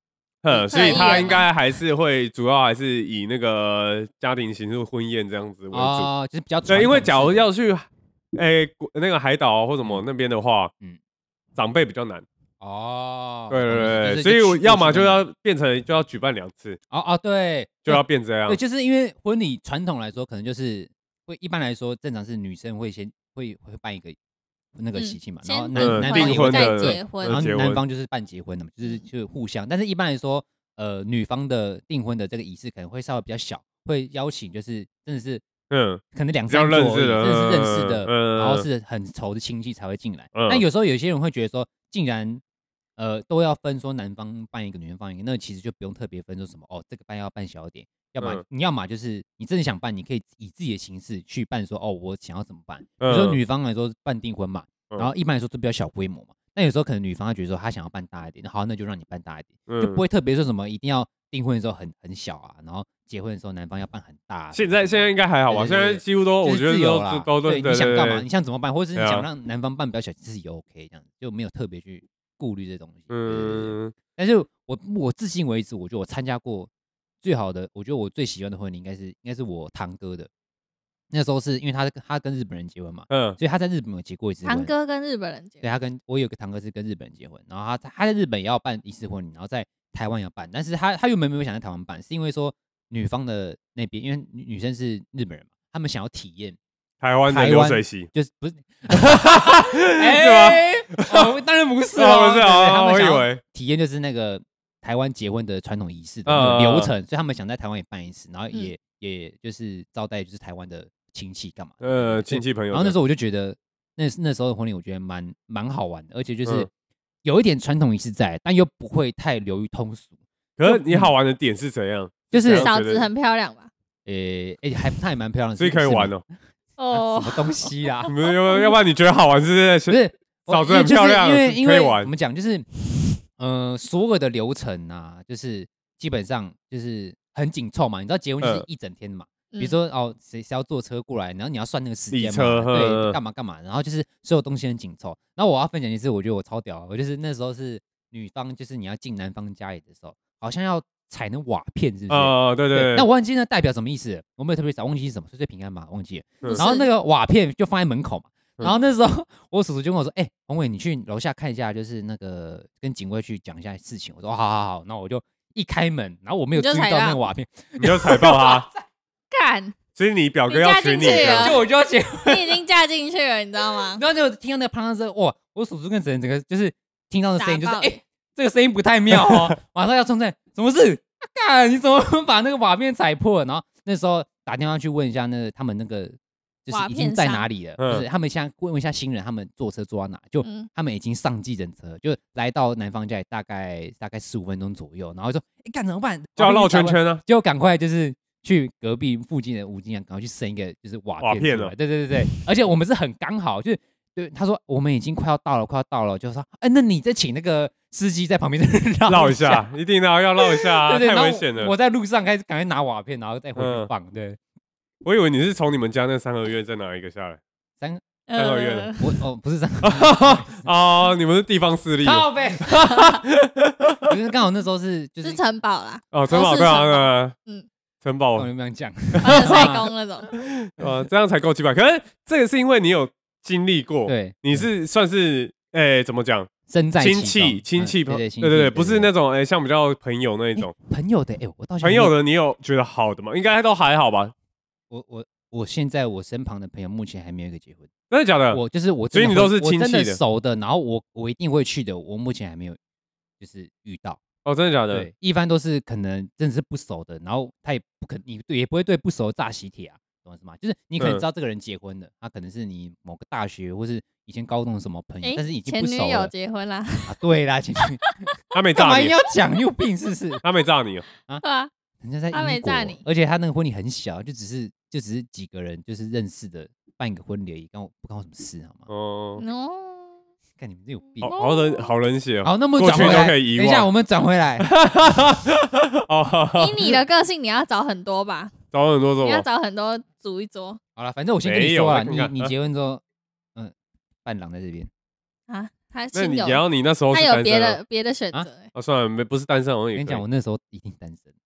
哼，所以他应该还是会主要还是以那个家庭形式婚宴这样子为主， 哦，就是比较对，因为假如要去诶、欸、那个海岛或什么那边的话，嗯，长辈比较难。哦，对对对，所以我要么就要变成就要举办两次。 哦哦，对， 就要变这样。 对，就是因为婚礼传统来说，可能就是会一般来说正常是女生会先会会办一个那个喜庆嘛，然后男男方也会再结婚， 然后男方就是办结婚的嘛，就是就互相。但是一般来说，呃，女方的订婚的这个仪式可能会稍微比较小，会邀请就是真的是嗯，可能两三桌，真的是认识的，然后是很熟的亲戚才会进来。那有时候有些人会觉得说，竟然呃都要分说男方办一个，女方办一个，那其实就不用特别分说什么哦，这个办要办小一点，要么、嗯、你要么就是你真的想办，你可以以自己的形式去办说，哦，我想要怎么办。比如说女方来说办订婚嘛，然后一般来说都比较小规模嘛，那有时候可能女方她觉得说她想要办大一点，好，那就让你办大一点，嗯、就不会特别说什么一定要订婚的时候很很小啊，然后结婚的时候男方要办很大、啊。 现在现在应该还好吧？现在几乎都、就是、我觉得都都对，对，你想干嘛？你想怎么办？或者是你想让男方办比较小，其实也 OK， 这样就没有特别去顾虑这东西。嗯，但是我我至今为止，我觉得我参加过最好的，我觉得我最喜欢的婚礼应该是应该是我堂哥的。那时候是因为他他跟日本人结婚嘛，嗯，所以他在日本有结过一次婚。 堂哥跟日本人结婚， 对，他跟我有个堂哥是跟日本人结婚，然后他他在日本也要办一次婚礼，然后在台湾要办，但是他他原本没有想在台湾办，是因为说女方的那边，因为女生是日本人嘛，他们想要体验台湾的流水席， 就是不是？哎、欸，哦，当然不是哦， 不是啊，我以为体验就是那个台湾结婚的传统仪式的那个流程，嗯、所以他们想在台湾也办一次，然后也、嗯、也就是招待就是台湾的亲戚干嘛？ 呃，亲戚朋友。 然后那时候我就觉得，那那时候的婚礼我觉得蛮蛮好玩的，而且就是。嗯有一点传统仪式在，但又不会太流于通俗。 可是你好玩的点是怎样？ 就是嫂子很漂亮吧？ 诶、欸、诶、欸，还她也蛮漂亮的， 所以可以玩哦。 哦、啊，什么东西啦？ 要要不然你觉得好玩是不是？ 不是， 嫂子很漂亮， 因为因为可以玩。 我们讲就是，呃，所有的流程啊，就是基本上就是很紧凑嘛。你知道结婚就是一整天嘛。呃比如说哦，谁谁要坐车过来，然后你要算那个时间嘛，对，干嘛干嘛，然后就是所有东西很紧凑。然后我要分享一次，我觉得我超屌，我就是那时候是女方，就是你要进男方家里的时候，好像要踩那瓦片，是不是？ 哦，对 对, 对。 那我忘记那代表什么意思，我没有特别找，忘记是什么，岁岁平安嘛，忘记了。嗯、然后那个瓦片就放在门口嘛。然后那时候我叔叔就跟我说：“哎、欸，宏伟，你去楼下看一下，就是那个跟警卫去讲一下事情。”我说：“好好好。”然后我就一开门，然后我没有注意到那个瓦片， 你就踩爆它， 干。 所以你表哥要娶你， 就我就要结婚， 你已经嫁进去了，你知道吗？ 然后就听到那个砰砰声，哇！我叔叔跟整整个就是听到的声音，就是哎、欸，这个声音不太妙哦，马上要冲在，什么事？干，你怎么把那个瓦片踩破了？然后那时候打电话去问一下，那个他们那个就是已经在哪里了？就是他们现在问一下新人，他们坐车坐到哪？就、嗯、他们已经上计程车，就来到男方家里，大概大概十五分钟左右，然后就说：“哎、欸，干怎么办？ 就要绕圈圈啊！” 就赶快就是。去隔壁附近的五金行，赶快去生一个就是瓦片出来。对对对对，而且我们是很刚好，就是对他说我们已经快要到了，快要到了，就说哎、欸，那你再请那个司机在旁边绕绕一下，一定要要绕一下、啊，对对太危险了。 我在路上开始赶快拿瓦片，然后再回去放。嗯、对， 我以为你是从你们家那三合院再拿一个下来。 三三合院、呃， 我哦不是三哦，你们是地方势力。 靠北，可是刚好那时候是就是城堡啦。 哦，城堡对啊，嗯。城堡， 我们这样讲， 赛宫那种， 呃，这样才够几百。可是这个是因为你有经历过， 对， 你是算是，哎、欸，怎么讲？ 身在亲戚，亲戚朋，对对对，不是那种，哎、欸，像比较朋友那一种。 朋友的，哎、欸，我到朋友的，你有觉得好的吗？应该都还好吧。 我我我现在我身旁的朋友目前还没有一个结婚， 真的假的？ 我就是我， 所以你都是亲戚的， 熟的，然后我我一定会去的，我目前还没有就是遇到。 哦，真的假的？ 对，一般都是可能真的是不熟的，然后他也不可，你对也不会对不熟炸喜帖啊，懂我意思吗？就是你可能知道这个人结婚了，嗯、他可能是你某个大学或是以前高中的什么朋友，但是已经不熟了。 前女友结婚啦？ 啊，对啦，前女友他没炸你， 干嘛一定要讲？你有病是不是？ 他没炸你哦。 啊， 对啊， 人家在英国， 他没炸你， 而且他那个婚礼很小，就只是就只是几个人就是认识的办一个婚礼而已，关我不关我什么事好吗？哦。 No。 看你们这有病， 好冷，好冷血哦。 好，那么转回来，等一下我们转回来。 以你的个性，你要找很多吧？ 找很多桌， 你要找很多组一桌。 好了，反正我先跟你说了，你你结婚之后，嗯，伴郎在这边， 啊，他那你然后你那时候他有别的别的选择。 哦，算了，没不是单身，我跟你讲，我那时候一定单身。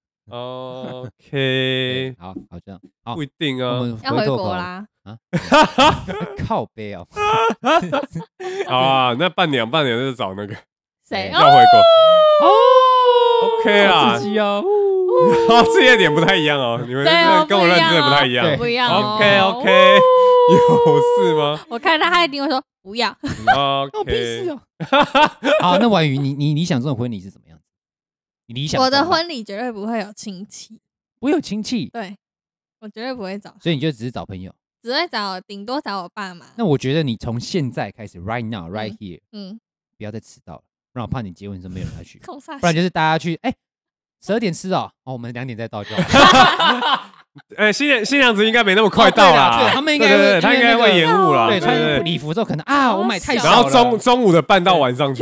OK， 好，好这样，好不一定啊， 要回国啦啊， 靠背哦。 好啊，那半年半年就找那个谁要回国哦 ，OK 啦， 刺激哦， 好，事业点不太一样哦，你们跟我认知的不太一样， 不一样 ，OK OK，有事吗？ 我看他他一定会说不要 ，OK， 好，那婉瑜，你你理想中的婚礼是怎么样子？你理想我的婚礼绝对不会有亲戚， 不会有亲戚， 对我绝对不会找， 所以你就只是找朋友， 只会找顶多找我爸妈。 那我觉得你从现在开始 ，right now right here， 嗯，不要再迟到了，不然我怕你结婚的时候没有人来去，不然就是大家去，哎，十二点吃哦，哦，我们两点再到就好。 哎，新娘新娘子应该没那么快到啦， 对他们应该他应该会延误啦， 对，穿礼服之后可能啊，我买太少了， 然后中中午的办到晚上去。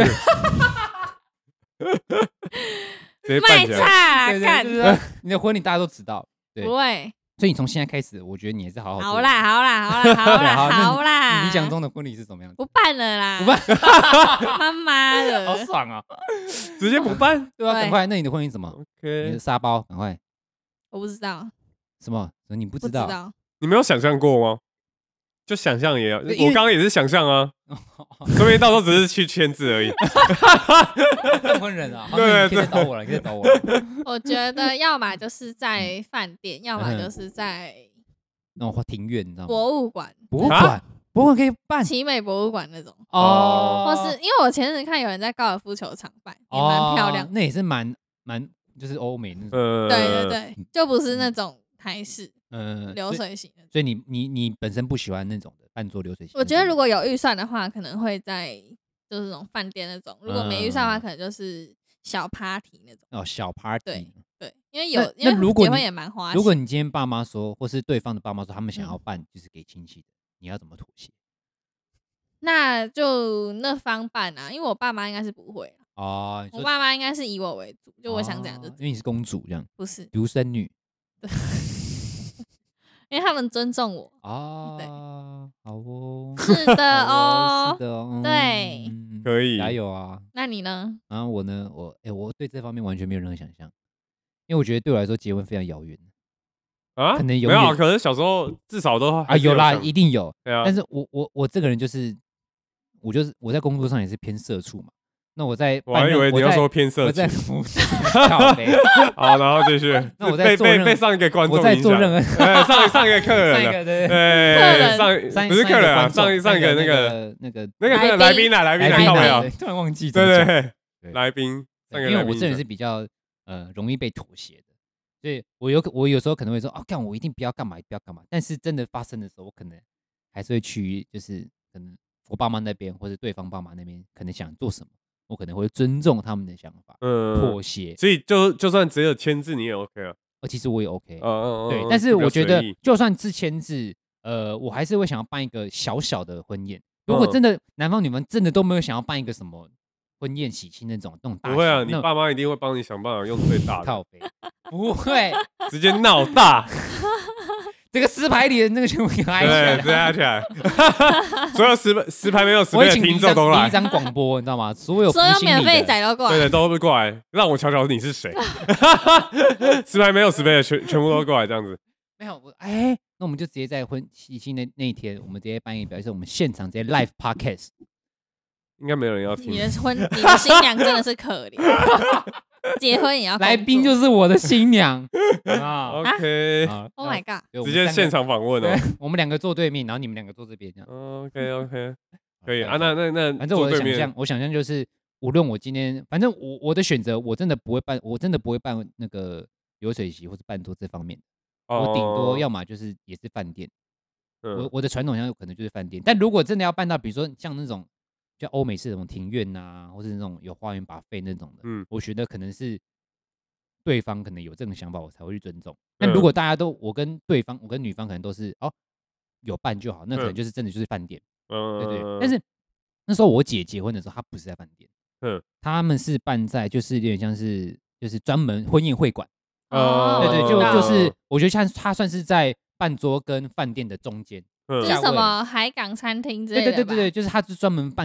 卖差啦，看你的婚礼大家都知道，对， 不会。 所以你从现在开始，我觉得你也是好好好啦，好啦，好啦，好啦，好啦。 你理想中的婚礼是怎么样？ 不办了啦， 不办。 他妈的， 好爽啊！ 直接不办， 对啊，赶快。那你的婚礼怎么 ？OK， 你的沙包，赶快。 我不知道。 什么？你不知道？ 不知道。 你没有想象过吗？就想象也要，我刚刚也是想象啊，说不定到时候只是去签字而已。 证婚人啊， 对对，可以找我了，可以找我。 我觉得要么就是在饭店，要么就是在那种庭院，你知道吗？ 博物馆， 博物馆，博物馆可以办奇美博物馆那种哦， 或是因为我前阵子看有人在高尔夫球场办，也蛮漂亮， 那也是蛮蛮就是欧美那种， 对对对，就不是那种台式。嗯，流水型的， 所以你你你本身不喜欢那种的半桌流水型。 我觉得如果有预算的话，可能会在就是那种饭店那种；如果没预算的话，可能就是小 party 那种。 哦，小 party。 对对，因为有因为结婚也蛮花钱。 如果你今天爸妈说，或是对方的爸妈说，他们想要办就是给亲戚的，你要怎么妥协？ 那就那方办啊，因为我爸妈应该是不会哦， 我爸妈应该是以我为主，就我想怎样就。 因为你是公主这样， 不是独生女。 对。因为他们尊重我哦，对，好哦， 是的哦， 是的哦， 对， 可以加油啊！ 那你呢？ 然后我呢，我哎，我对这方面完全没有任何想象，因为我觉得对我来说结婚非常遥远啊， 可能有没有，可是小时候至少都啊有啦，一定有， 对啊。 但是我我我这个人就是，我就是我在工作上也是偏社畜嘛。那我在， 我还以为你要说偏色情，好，然后继续。 那我在被被上一个观众影响， 我在做任何上上一个客人， 上一个对对上不是客人啊，上上一个那个那个那个那个来宾啊，来宾来看没有？ 突然忘记， 对对，来宾， 因为我这人是比较呃容易被妥协的，所以我有我有时候可能会说啊，干我一定不要干嘛，不要干嘛。但是真的发生的时候，我可能还是会去，就是可能我爸妈那边或者对方爸妈那边可能想做什么。我可能会尊重他们的想法，嗯，妥协， 所以就就算只有签字，你也 OK 啊？ 呃，其实我也 OK， 嗯嗯对，但是我觉得就算是签字，呃，我还是会想要办一个小小的婚宴。如果真的男方女方真的都没有想要办一个什么婚宴喜庆那种那种大， 不会啊，你爸妈一定会帮你想办法用最大的， 靠北，不会直接闹大。 这个石牌里的那个全部给他挨起来，对，挨起来。所有石石牌没有石牌的听众都来， 一张广播，你知道吗？所有所有免费仔都过来， 对对，都会过来，让我瞧瞧你是谁。石牌没有石牌的全全部都过来，这样子。 没有我，哎，那我们就直接在婚喜庆的那一天，我们直接办一个表演，我们现场直接 live podcast。 应该没有人要听。 你的婚，你的新娘真的是可怜。结婚也要来宾就是我的新娘啊 ，OK， Oh my god， 直接现场访问哦， 我们两个坐对面，然后你们两个坐这边这样 ，OK OK， 可以啊，那那那反正我的想象，我想象就是，无论我今天，反正我我的选择，我真的不会办，我真的不会办那个流水席或者办桌这方面，我顶多要么就是也是饭店，我我的传统上有可能就是饭店，但如果真的要办到，比如说像那种。就欧美式那种庭院呐、啊，或是那种有花园buffet那种的，嗯，我觉得可能是对方可能有这种想法，我才会去尊重。但如果大家都我跟对方，我跟女方可能都是哦有办就好，那可能就是真的就是饭店，嗯，对对。但是那时候我姐结婚的时候，她不是在饭店，嗯，他们是办在就是有点像是就是专门婚宴会馆，哦，对对，就就是我觉得像他算是在办桌跟饭店的中间。 这是什么海港餐厅之类的？ 对对对对对，就是他是专门办给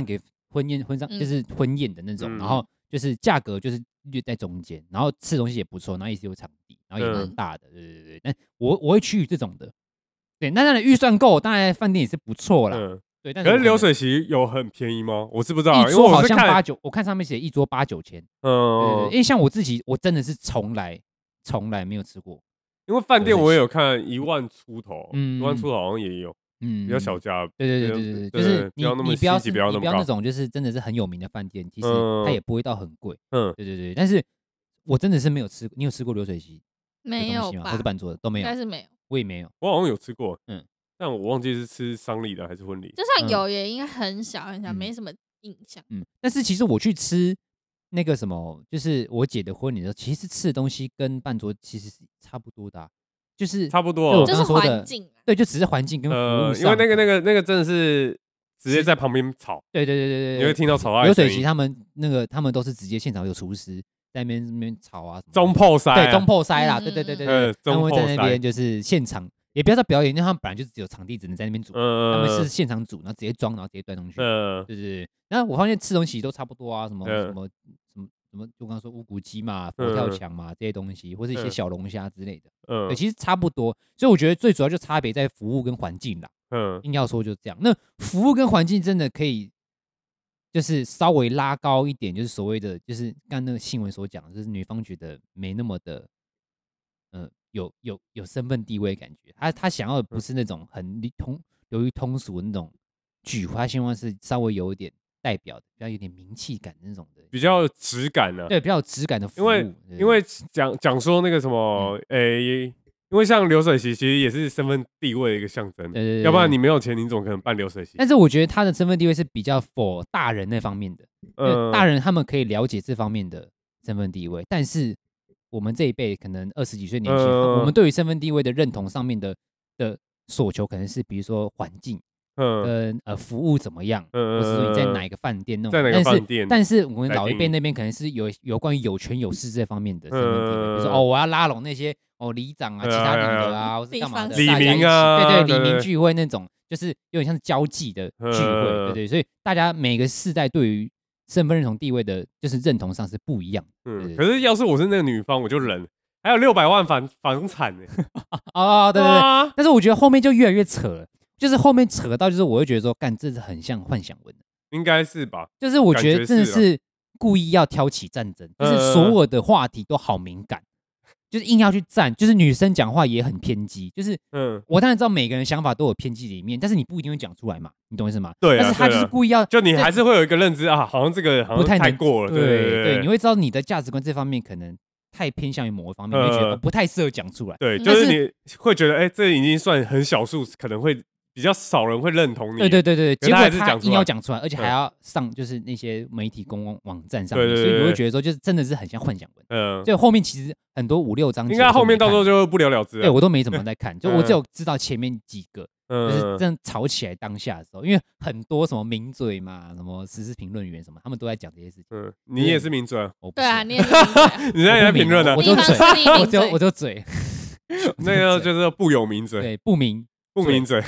婚宴婚丧就是婚宴的那种，嗯、然后就是价格就是略在中间，然后吃东西也不错，然后也是有场地，然后也蛮大的，嗯、对对对。但我我会去这种的，对，那当然预算够，当然饭店也是不错啦。嗯对，但是可是流水席有很便宜吗？我是不知道， 一桌好像八九，我看上面写一桌八九千。嗯，因为像我自己，我真的是从来从来没有吃过。 因为饭店我也有看一万出头，嗯，一万出头好像也有，嗯，比较小家。 对对对对对对，就是你你不要你不要那种就是真的是很有名的饭店，其实它也不会到很贵。嗯，对对对，但是我真的是没有吃，你有吃过流水席？ 没有吧？ 或是半桌的都没有？ 应该是没有， 我也没有。 我好像有吃过，嗯。但我忘记是吃丧礼的还是婚礼， 就算有也应该很小很小，嗯、没什么印象。 嗯，但是其实我去吃那个什么，就是我姐的婚礼的时候，其实吃的东西跟半桌其实是差不多的、啊，就是差不多、哦， 就是环境、啊， 对，就只是环境跟服务上、呃、 因为那个那个那个真的是直接在旁边炒， 对对对对对， 你会听到炒菜。 流水席他们那个他们都是直接现场有厨师在那边那边炒啊， 中破塞、啊， 对，中破塞啦，嗯、对对对对对，他们会在那边就是现场。也不要说表演，因为他们本来就只有场地，只能在那边煮。嗯、他们是现场煮，然后直接装，然后直接端上去。嗯，对对对。然后我发现吃东西都差不多啊，什么、嗯、什么什么什么，就刚刚说乌骨鸡嘛、佛跳墙嘛、嗯、这些东西，或是一些小龙虾之类的。嗯，对，其实差不多。所以我觉得最主要就差别在服务跟环境啦。嗯，硬要说就这样。那服务跟环境真的可以，就是稍微拉高一点，就是所谓的，就是刚那个新闻所讲，就是女方觉得没那么的，嗯、呃。有有有身份地位的感觉，他他想要的不是那种很通流于通俗的那种聚会，他希望是稍微有一点代表的，比较有点名气感的那种的， 比较有质感的、啊， 对，比较有质感的服务。 因为因为讲讲说那个什么，诶、嗯欸，因为像流水席其实也是身份地位的一个象征，对对对，要不然你没有钱，你怎么可能办流水席？ 但是我觉得他的身份地位是比较 for 大人那方面的，嗯，大人他们可以了解这方面的身份地位，但是。我们这一辈可能二十几岁年轻人、呃，我们对于身份地位的认同上面的的所求，可能是比如说环境，嗯、呃，跟呃服务怎么样，呃、或是说你在哪一个饭店那种， 在哪个饭店？ 但是但是我们老一辈那边可能是有有关于有权有势这方面的身份地位，呃、比如说哦，我要拉拢那些哦里长啊、其他领的啊，或是干嘛的， 李明啊， 对对，李明聚会那种，就是有点像是交际的聚会，呃、对对，所以大家每个世代对于身份认同地位的，就是认同上是不一样。 嗯，可是要是我是那个女方，我就忍。还有六百万房房产呢、欸。 哦，对对对、啊。但是我觉得后面就越来越扯了，就是后面扯到，就是我会觉得说，干，这是很像幻想文。 应该是吧？ 就是我觉得真的是故意要挑起战争，就是所有的话题都好敏感。就是硬要去站，就是女生讲话也很偏激，就是嗯，我当然知道每个人想法都有偏激的一面，但是你不一定会讲出来嘛，你懂我意思吗？ 对、啊， 但是他就是故意要， 就你还是会有一个认知啊，好像这个好像太过了，对 对, 对, 对， 你会知道你的价值观这方面可能太偏向于某一方面，你、呃、会觉得不太适合讲出来。 对，就是你会觉得，哎、欸，这已经算很少数，可能会。比较少人会认同你， 对对对对，结果他硬要讲出来，而且还要上就是那些媒体公共网站上面，对对对对，所以你会觉得说，就是真的是很像幻想文。嗯，所以后面其实很多五六章， 应该后面到时候就不了了之了。 对我都没怎么在看，就我只有知道前面几个，嗯、就是真的吵起来当下的时候，因为很多什么名嘴嘛，什么时事评论员什么，他们都在讲这些事情。 嗯，你也是名嘴， 我对啊，你也是名嘴， 你现在也在评论的， 我就嘴，我就我就嘴， 那个就是不有名嘴， 对，不明。 不明嘴，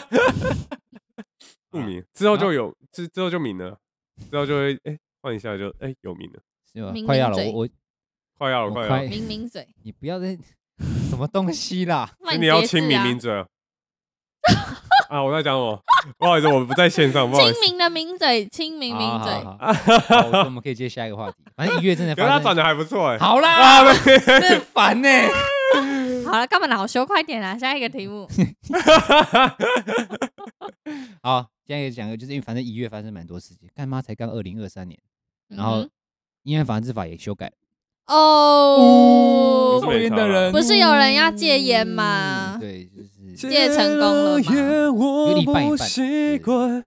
不明之后就有之之后就明了，之后就会哎换一下就哎有名了， 是吧？快要了，我我快要了，快要了， 明明嘴， 你不要再什么东西啦， 你要亲明明嘴啊！我在讲我，不好意思，我不在线上，不好意思。 亲民的名嘴，亲民名嘴， 我们可以接下一个话题。反正一月真的， 可是他转的还不错哎。 好啦，真烦呢。 好了，干嘛恼羞？快点啦，下一个题目。 好，现在讲个，就是因为反正一月发生蛮多事情，干妈才刚二零二三年，然后因为防治法也修改哦， 抽烟的人不是有人要戒烟吗？ 对，就是戒成功了吗？ 有一半一半。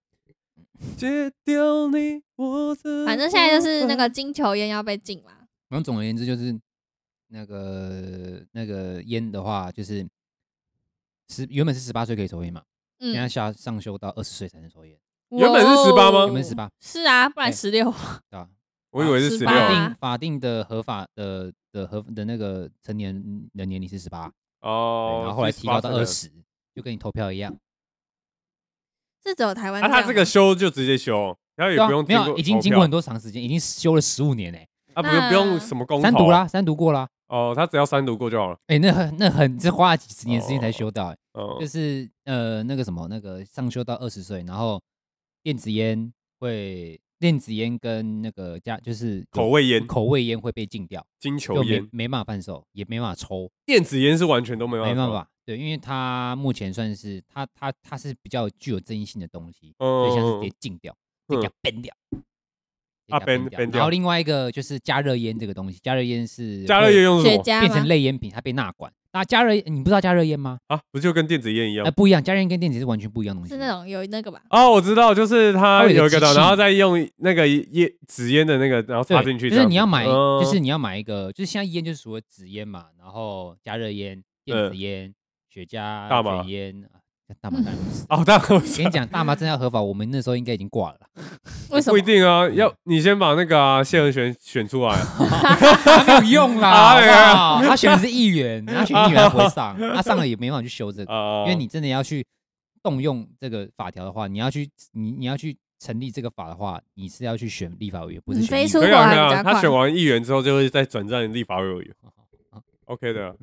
反正现在就是那个金球烟要被禁嘛。 反正总而言之就是。那个那个烟的话，就是十原本是十八岁可以抽烟嘛，嗯、现在下上修到二十岁才能抽烟。 原本是十八吗？ 原本是十八。 是啊，不然十六。 对啊， 我以为是十六。 法定法定的合法的的合的那个成年的年龄是十八哦，然后后来提高到二十，就跟你投票一样。 是只有台湾？ 那、啊、他这个修就直接修。 然后也不用没有，已经经过很多长时间，已经修了十五年哎。 啊，不用不用什么公投， 三读啦，三读过啦。 哦，他只要三读过就好了。 哎，那很那很，这花了几十年时间才修到哎。哦。就是呃那个什么那个上修到二十岁，然后电子烟会。电子烟跟那个加就是口味烟， 口味烟会被禁掉， 金球烟没办法贩售，也没办法抽。 电子烟是完全都没办法， 没办法。对，因为它目前算是它它它是比较具有争议性的东西，所以现在是直接禁掉，直接给它 ban 掉。 啊 ban ban 掉。 然后另外一个就是加热烟这个东西，加热烟是加热烟用什么？ 变成类烟品，它被纳管。那加热，你不知道加热烟吗？ 啊，不就跟电子烟一样？ 哎，不一样，加热烟跟电子是完全不一样的东西。 是那种有那个吧？ 哦，我知道，就是它有一个的，然后再用那个烟纸烟的那个，然后插进去。 就是你要买，就是你要买一个，就是现在烟就是属于纸烟嘛，然后加热烟、电子烟、雪茄、 大麻烟。大麻当然不是哦，大麻。我跟你讲，大麻真要合法，我们那时候应该已经挂了。 为什么？ 不一定啊，要你先把那个啊谢和弦选出来。 他没有用啦，他选的是议员，他选议员他不会上，他上了也没办法去修这个，因为你真的要去动用这个法条的话，你要去你你要去成立这个法的话，你是要去选立法委员，不是选议员。 可以啊，可以啊，他选完议员之后就会再转战立法委员。OK 的。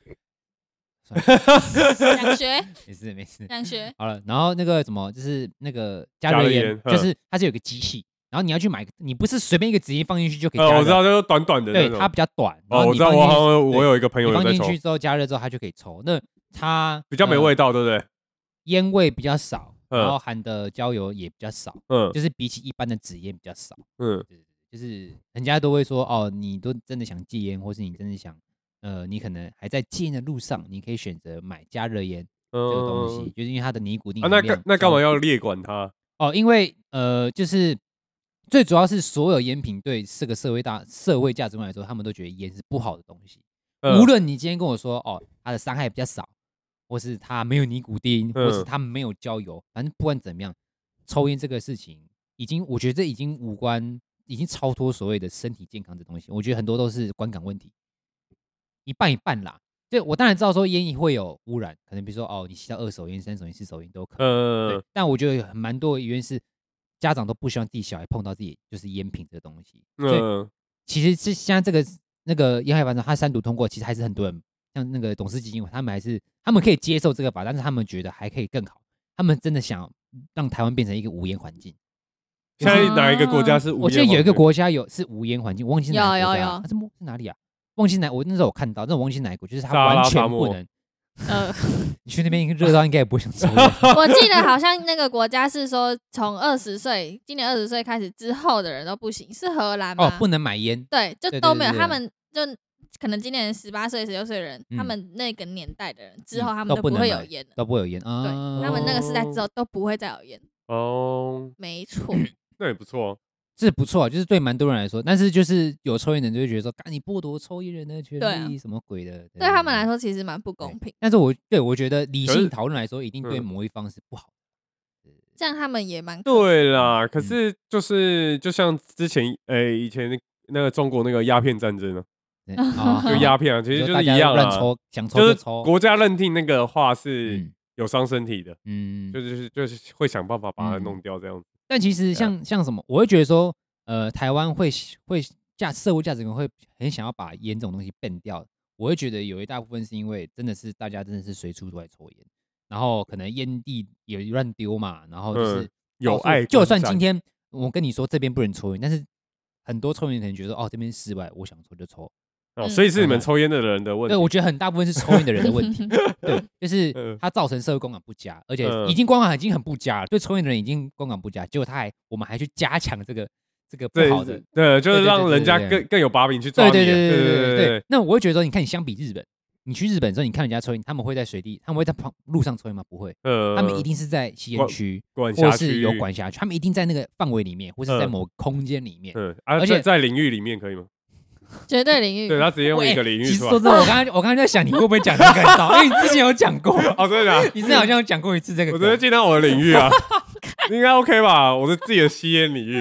想学没事没事， 想学好了。然后那个什么，就是那个加热烟，就是它是有个机器，然后你要去买，你不是随便一个纸烟放进去就可以加热。 哦，我知道，就是短短的那种。 对，它比较短。 哦，我知道，我好像我有一个朋友在抽。 放进去之后加热之后，它就可以抽。那它比较没味道，对不对？ 烟味比较少，然后含的焦油也比较少。嗯，就是比起一般的纸烟比较少。嗯，就是人家都会说，哦，你都真的想戒烟，或是你真的想。呃，你可能还在戒烟的路上，你可以选择买加热烟这个东西，嗯、就是因为它的尼古丁含量、 啊。那那干嘛要列管它？ 哦，因为呃，就是最主要是所有烟品对这个社会大社会价值观来说，他们都觉得烟是不好的东西。嗯、无论你今天跟我说哦，它的伤害比较少，或是它没有尼古丁，嗯、或是它没有焦油，反正不管怎么样，抽烟这个事情已经，我觉得这已经无关，已经超脱所谓的身体健康这东西。我觉得很多都是观感问题。一半一半啦，对我当然知道说烟会有污染，可能比如说哦，你吸到二手烟、三手烟、四手烟都可能。嗯、对，但我觉得蛮多原因是家长都不希望自己小孩碰到自己就是烟品这个东西。嗯、所以其实是现在这个那个烟害法它三读通过，其实还是很多人像那个董事基金会，他们还是他们可以接受这个法，但是他们觉得还可以更好，他们真的想让台湾变成一个无烟环境。 现在哪一个国家是无烟？ 我记得有一个国家有是无烟环境，我忘记是哪个国家。 有有有， 是是哪里啊？忘记哪，我那时候有看到，那我忘记哪一国，就是它完全不能。呃，你去那边热到应该也不会想抽烟。 我记得好像那个国家是说，从二十岁，今年二十岁开始之后的人都不行，是荷兰吗？ 哦，不能买烟。 对，就都没有，他们就可能今年十八岁、十六岁的人，嗯、他们那个年代的人之后，他们都不会有烟了， 都不会有烟啊。 对，他们那个时代之后都不会再有烟。哦，没错， 那也不错。 是不错，就是对蛮多人来说，但是就是有抽烟的人就会觉得说，干你剥夺抽烟人的权利，什么鬼的？对, 对他们来说其实蛮不公平。 但是我对我觉得理性讨论来说，一定对某一方是不好的。这样他们也蛮对啦。可是就是就像之前诶以前那个中国那个鸦片战争啊，就鸦片啊，其实就是一样啊， 想抽就抽， 国家认定那个话是有伤身体的，嗯，就是就是会想办法把它弄掉这样子。 但其实像、啊、像什么，我会觉得说，呃，台湾会会价社会价值观会很想要把烟这种东西ban掉。我会觉得有一大部分是因为真的是大家真的是随处都在抽烟，然后可能烟蒂也乱丢嘛，然后就是、嗯、 有爱。 就算今天我跟你说这边不能抽烟，但是很多抽烟可能觉得哦这边室外，我想抽就抽。 哦，所以是你们抽烟的人的问题。 对，我觉得很大部分是抽烟的人的问题。对，就是他造成社会公感不佳，而且已经公感已经很不佳了，对抽烟的人已经公感不佳，结果他还我们还去加强这个这个不好的， 对，就是让人家更更有把柄去抓你。 对对对对对对对。那我会觉得说，你看你相比日本，你去日本的时候，你看人家抽烟，他们会在随地，他们会在旁路上抽烟吗？不会，他们一定是在吸烟区，或是有管辖区，他们一定在那个范围里面，或是在某个空间里面。 嗯，而且在领域里面可以吗？ 绝对领域， 对他直接用一个领域出来。 其实说真的，我刚刚我刚刚在想，你会不会讲这个到？因为你之前有讲过哦，真的假的？ 你之前好像有讲过一次这个。 我直接进到我的领域啊，应该 OK 吧？我是自己的吸烟领域，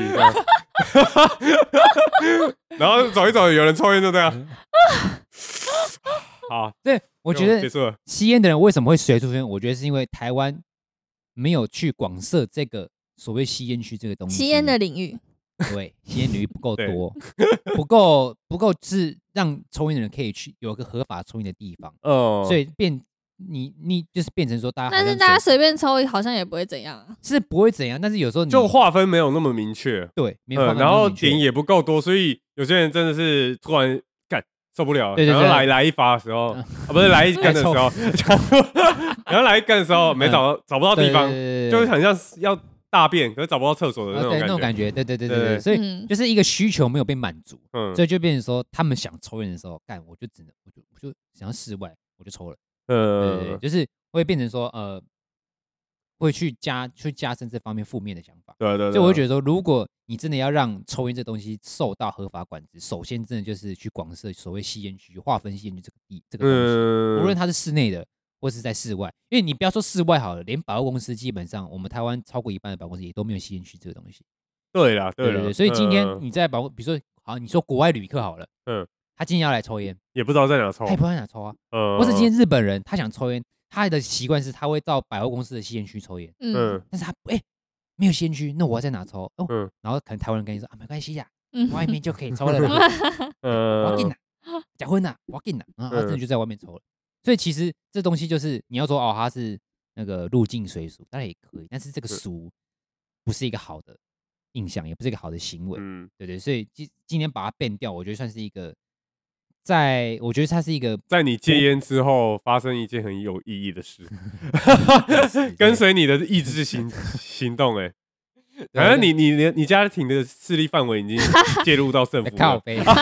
然后走一走，有人抽烟就这样。好， 对，我觉得吸烟的人为什么会随处抽烟？我觉得是因为台湾没有去广设这个所谓吸烟区这个东西， 吸烟的领域， 对，吸烟领域不够多，不够不够是让抽烟的人可以去有个合法抽烟的地方，哦，所以变你你就是变成说大家， 但是大家随便抽好像也不会怎样啊， 是不会怎样，但是有时候你就划分没有那么明确， 对，没有、嗯，然后点也不够多，所以有些人真的是突然干受不了了， 对对对， 然后来来一发的时候，啊不是来一根的时候，然后来一根的时候没找到找不到地方，就是很像要大便，可是找不到厕所的那种感觉， 那种感觉，对对对对对，所以就是一个需求没有被满足，嗯，所以就变成说他们想抽烟的时候，干我就只能我就我就想要室外，我就抽了，呃，对对，就是会变成说呃，会去加去加深这方面负面的想法， 对对， 所以我会觉得说，如果你真的要让抽烟这东西受到合法管制，首先真的就是去广设所谓吸烟区，划分吸烟区这个地这个东西，无论它是室内的。或是在室外，因为你不要说室外好了，连百货公司基本上，我们台湾超过一半的百货公司也都没有吸烟区这个东西。 对啦，对对对，所以今天你在百货，比如说，好，你说国外旅客好了，嗯，他今天要来抽烟， 也不知道在哪抽， 他也不知道在哪抽啊。嗯，或是今天日本人他想抽烟，他的习惯是他会到百货公司的吸烟区抽烟，嗯，但是他哎、欸、没有吸烟区，那我要在哪抽？哦，嗯，然后可能台湾人跟你说啊，没关系呀，外面就可以抽了啦，嗯，我进啦，结婚啦，我进啦，然后他真的就在外面抽了。所以其实这东西就是你要说哦，它是那个入境随俗，当然也可以，但是这个俗不是一个好的印象，也不是一个好的行为，嗯，对对，所以今今天把它变掉，我觉得算是一个，在我觉得它是一个， 在你戒烟之后发生一件很有意义的事，跟随你的意志行行动、欸，哎，反正你你你家庭的势力范围已经介入到政府了。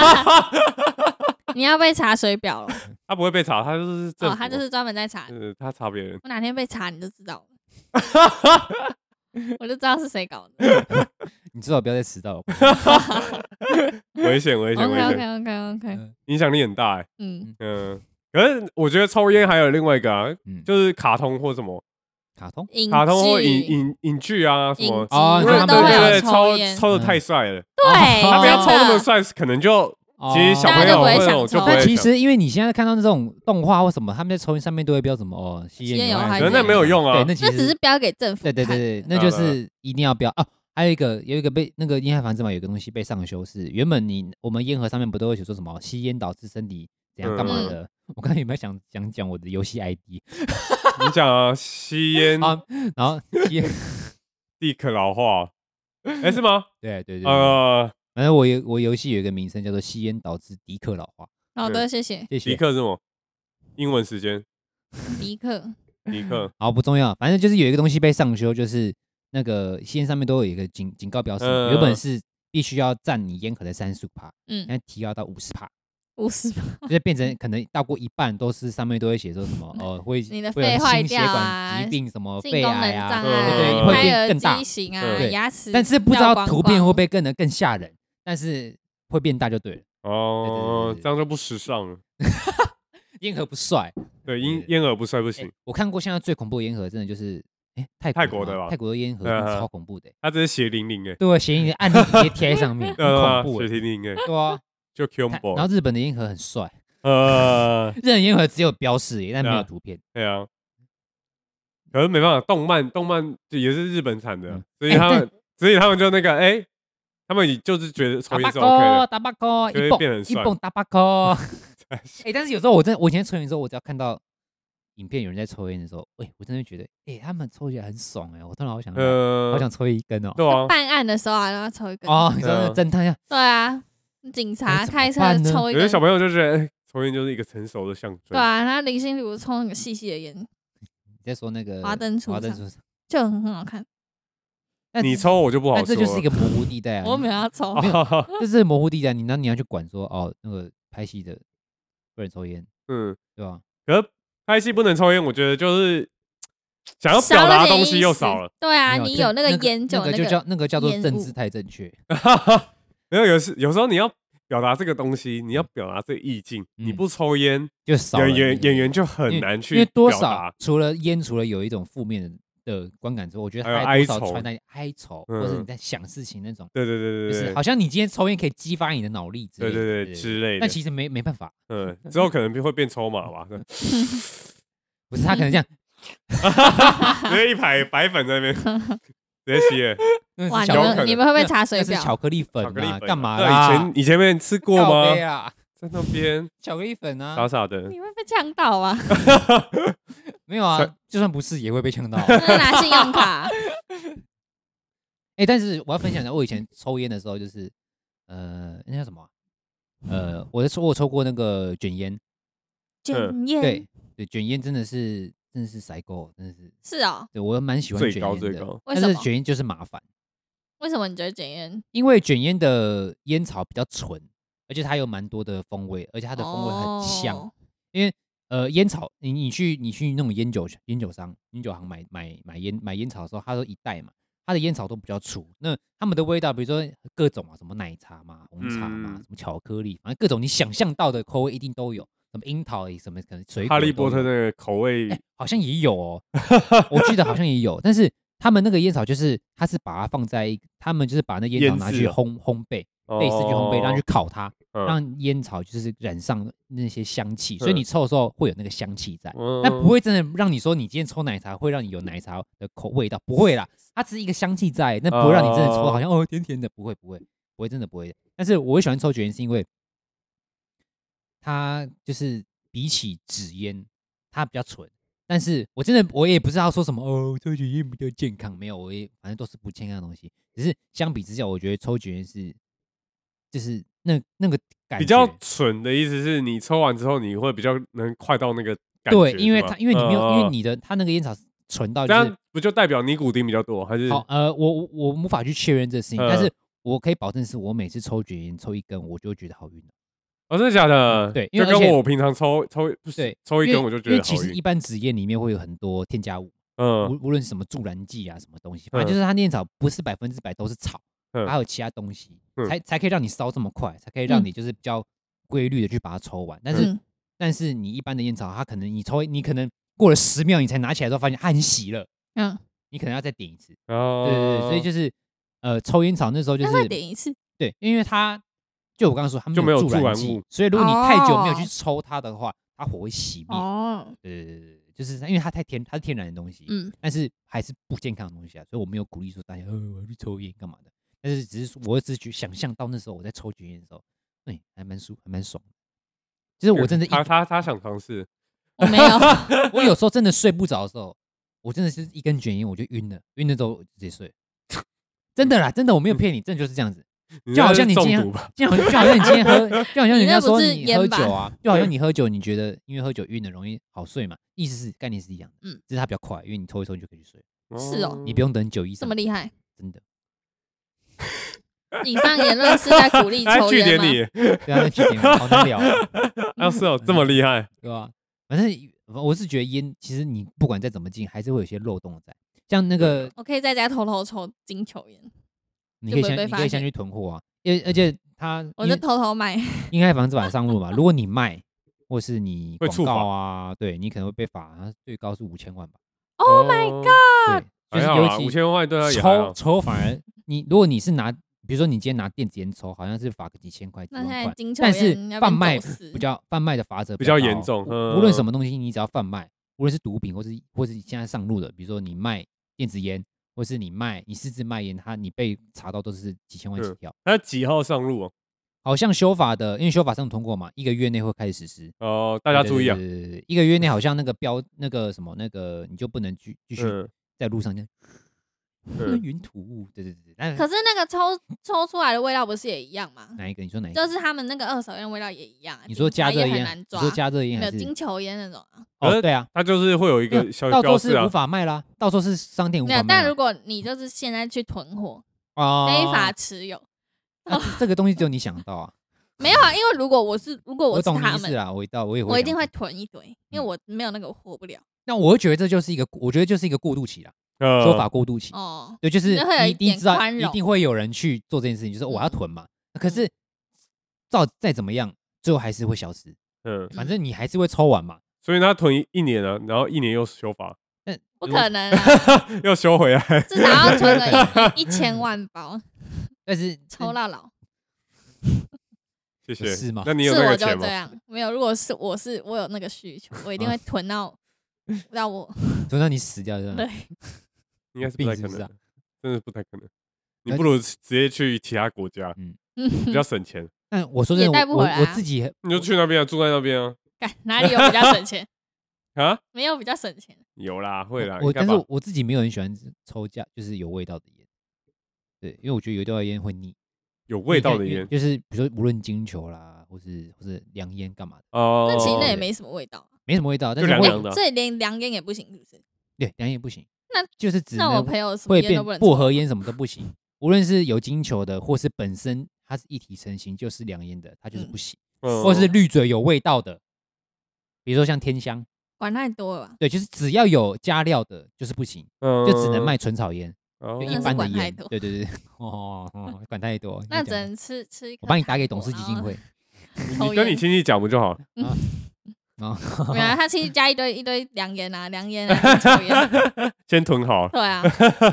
你要被查水表了， 他不会被查，他就是政府， 哦，他就是专门在查。 呃，他查别人。 我哪天被查，你就知道了，我就知道是谁搞的。 你至少不要再迟到了。 危险，危险，危险。 OK OK OK OK， 影响力很大哎、欸。嗯嗯，可是我觉得抽烟还有另外一个啊，嗯、就是卡通或什么。 卡通、 卡通或影影影剧啊什么， 啊， 因为对对对，抽抽的太帅了。 对， 他不要抽那么帅，可能就。其实小朋友那种就不会， 但其实因为你现在看到那种动画或什么，他们在抽烟上面都会标什么哦，吸烟有害， 可是那没有用啊， 对，那其实那只是标给政府。 对对对对，那就是一定要标哦。还有一个有一个被那个烟害防治嘛，有个东西被上修是原本你我们烟盒上面不都会写说什么吸烟导致身体怎样干嘛的？我刚才有没有想想讲我的游戏 I D？ 你讲啊，吸烟啊，然后吸烟地壳老化，哎是吗？ 对对对，呃。反正我有我游戏有一个名称叫做吸烟导致迪克老化。 好的，谢谢。 谢谢。 迪克是什么？英文时间。 迪克。 迪克。 好，不重要，反正就是有一个东西被上修，就是那个吸烟上面都有一个警警告标识，嗯、原本是必须要占你烟盒的三十五趴，嗯，现在提高到五十趴。 五十趴， 就是变成可能到过一半都是上面都会写说什么呃会你的肺坏掉啊，疾病什么肺癌啊， 对对对，会变更大型啊，牙齿， 但是不知道图片会不会变得更吓人。但是会变大就对了哦，这样就不时尚了。 烟盒不帅， 对，烟烟盒不帅不行、欸。 我看过现在最恐怖的烟盒，真的就是哎、欸、泰泰国的吧？ 泰国的烟盒超恐怖的、欸， 它只是血淋淋哎， 对，血淋淋案例直接贴在上面，很恐怖、 欸，血淋淋哎， 对啊， 就恐怖。 然后日本的烟盒很帅，呃，日本烟盒只有标示耶，但没有图片。 对啊，可是没办法，动漫动漫也是日本产的，嗯、所以他们、欸、所以他们就那个哎。欸他们就是觉得抽烟是 OK 的， 打巴扣， 就会变很帅， 一蹦打巴扣。哎，但是有时候我真的，我以前抽烟的时候，我只要看到影片有人在抽烟的时候，哎、欸，我真的觉得，哎、欸，他们抽起来很爽哎、欸，我突然好想，呃，好想抽一根哦。 对啊， 办案的时候还要抽一根哦，你说那侦探呀？ 对啊，警察开车抽一根。 有些小朋友就觉得，哎、欸，抽烟就是一个成熟的象征。 对啊，他林心如抽那个细细的烟。 你在说那个华灯初上，就很很好看。 你抽我就不好说， 这就是一个模糊地带啊！ 我没有要抽， 这是模糊地带。你那你要去管说哦，那个拍戏的不能抽烟，嗯，对吧？ 可是拍戏不能抽烟，我觉得就是想要表达的东西又少了。 对啊，你有那个烟就那个就叫那个叫做政治太正确。 没有有时有时候你要表达这个东西，你要表达这个意境，你不抽烟就少演员演员就很难去因为多少除了烟，除了有一种负面的。的观感之后，我觉得还有多少传达哀愁，或者你在想事情那种， 对对对对， 就是好像你今天抽烟可以激发你的脑力之类的， 对对对之类的， 但其实没没办法， 嗯，之后可能会变抽马吧， 不是他可能这样， 直接一排白粉在那边，直直接吸了。 哇，你们你们会不会查水表？ 巧克力粉啊，干嘛啦？以前以前没吃过吗？在那边巧克力粉啊， 傻傻的。 你会被呛到啊？ 没有啊，就算不是也会被呛到。 拿信用卡。 哎，但是我要分享一下，我以前抽烟的时候，就是呃，那叫什么？呃，我抽我抽过那个卷烟。 卷烟。 对对，卷烟真的是真的是塞够，真的是。 是啊。 对我蛮喜欢卷烟的，但是卷烟就是麻烦。 为什么你觉得卷烟？ 因为卷烟的烟草比较纯。而且它有蛮多的风味，而且它的风味很香。哦、因为呃，烟草你你去你去那种烟酒烟酒商烟酒行买买买烟买烟草的时候，它都一袋嘛，它的烟草都比较粗。那他们的味道，比如说各种啊，什么奶茶嘛、红茶嘛、嗯、什么巧克力，反正各种你想象到的口味一定都有。什么樱桃什么可能水果。 哈利波特那个口味、 欸、好像也有哦，我记得好像也有，但是他们那个烟草就是他是把它放在，他们就是把那烟草拿去烘烘焙。类似去烘焙，让去烤它，嗯、让烟草就是染上那些香气，嗯、所以你抽的时候会有那个香气在，嗯、但不会真的让你说你今天抽奶茶会让你有奶茶的口味道，不会啦，它只是一个香气在，那不会让你真的抽的好像哦甜甜的，不会不会不会真的不会。但是我会喜欢抽卷烟是因为它就是比起纸烟，它比较纯。但是我真的我也不知道说什么哦，抽卷烟比较健康，没有，我也反正都是不健康的东西。只是相比之下，我觉得抽卷烟是。就是那那个感觉比较纯的意思是你抽完之后你会比较能快到那个感觉， 对，因为它因为你没有、呃、因为你的它那个烟草纯到、就是， 这样不就代表尼古丁比较多还是？ 好，呃，我我无法去确认这事情，呃、但是我可以保证是我每次抽卷烟抽一根我就会觉得好晕了。 哦，真的假的？ 嗯、对， 因为就跟我平常抽抽对抽一根我就觉得好晕。因为其实一般纸烟里面会有很多添加物，嗯，无无论是什么助燃剂啊什么东西，反正就是它烟草不是百分之百都是草。还有其他东西，嗯、才才可以让你烧这么快，才可以让你就是比较规律的去把它抽完。但是，嗯、但是你一般的烟草，它可能你抽，你可能过了十秒，你才拿起来之后发现它很熄了，嗯，你可能要再点一次。哦，对对对，所以就是呃，抽烟草那时候就是再点一次， 对，因为它就我刚刚说它没有助燃剂，所以如果你太久没有去抽它的话，它火会熄灭。哦，对对对，就是因为它太天，它是天然的东西，嗯，但是还是不健康的东西啊，所以我没有鼓励说大家呃我要去抽烟干嘛的。但是只是我只是去想象到那时候我在抽卷烟的时候，哎、欸，还蛮舒还蛮爽的。就是我真的他他他想尝试， 我没有。 我有时候真的睡不着的时候，我真的是一根卷烟我就晕了，晕了之后直接睡。真的啦，真的我没有骗你，真的就是这样子。就好像你今天，就好像就好像你今天喝，就好像人家说你喝酒啊，就好像你喝酒，你觉得因为喝酒晕了容易好睡嘛，意思是概念是一样的。嗯，只是它比较快，因为你抽一抽你就可以去睡。 是哦， 你不用等酒一上。 这么厉害， 真的。 以上言论是在鼓励抽烟吗？ 对啊，据点你，好难聊。 要是有这么厉害， 对吧？反正我是觉得烟，其实你不管再怎么禁，还是会有些漏洞在。像那个， 我可以在家偷偷抽金球烟， 你可以先，你可以先去囤货啊。因为而且它， 我就偷偷卖， 应该防止法上路嘛。如果你卖，或是你广告啊，对你可能会被罚，最高是五千万吧。 Oh my god！ 对，就是尤其五千万对他抽抽反而你，如果你是拿。比如说你今天拿电子烟抽，好像是罚个几千块、几万块，但是贩卖比较贩卖的罚则比较严重。 无论什么东西，你只要贩卖，无论是毒品或是或是现在上路的，比如说你卖电子烟，或是你卖你私自卖烟，他你被查到都是几千万起跳。 他几号上路哦？ 好像修法的，因为修法上通过嘛，一个月内会开始实施。 哦，大家注意啊！ 对对对，一个月内好像那个标那个什么那个你就不能继继续在路上这样。云吐雾，对对对， 可是那个抽抽出来的味道不是也一样吗？ 哪一个？你说哪一个？ 就是他们那个二手烟味道也一样、啊。 你说加热烟？你说加热烟没有金球烟那种啊？ 哦，对啊， 它就是会有一个小到时候是无法卖啦，到时候是商店无法卖。 但如果你就是现在去囤货，哦，非法持有， 啊、这个东西只有你想到啊？ 没有啊，因为如果我是如果我是他们， 我懂你意思啦，我到我也会， 我一定会囤一堆，因为我没有那个活不了。 那我会觉得这就是一个，我觉得就是一个过渡期啦。说法过渡期，哦，对，就是你你知道一定会有人去做这件事情，就是我要囤嘛。嗯、可是照再怎么样，最后还是会消失。嗯，反正你还是会抽完嘛。 所以他囤一年了，然后一年又修法， 嗯，不可能、啊， 又修回来， 至少要囤个一一千万包。 但是抽到老。 谢谢。 是吗？ 那你有那个钱吗？ 是我就这样，没有。如果是我是我有那个需求，我一定会囤到。让我囤到你死掉，对吧？ 对， 应该是不太可能。 真的不太可能。你不如直接去其他国家，嗯，比较省钱。 但我说真的，我我自己你就去那边啊，住在那边啊。 哪里有比较省钱啊？ 没有比较省钱。 有啦，会啦。 我但是我自己没有很喜欢抽架，就是有味道的烟。对，因为我觉得有味道的烟会腻。 有味道的烟， 就是比如说无论金球啦，或是或是凉烟干嘛的。 哦。那其实那也没什么味道。 没什么味道，但是凉凉的。 所以连凉烟也不行，是不是？ 对，凉烟不行。 那就是指那我朋友会变薄荷烟什么都不行。无论是有金球的，或是本身它是一体成型就是凉烟的，它就是不行。嗯、或是滤嘴有味道的，比如说像天香， 管太多了吧？ 对，就是只要有加料的，就是不行，嗯、就只能卖纯草烟，嗯、就一般的烟。对对对，哦哦，管太多， 那只能吃吃一。 我帮你打给董事基金会， 你跟你亲戚讲不就好？ 嗯哦，原来他亲戚加一堆一堆凉烟啊，凉烟啊，抽烟， 先囤好。 对啊。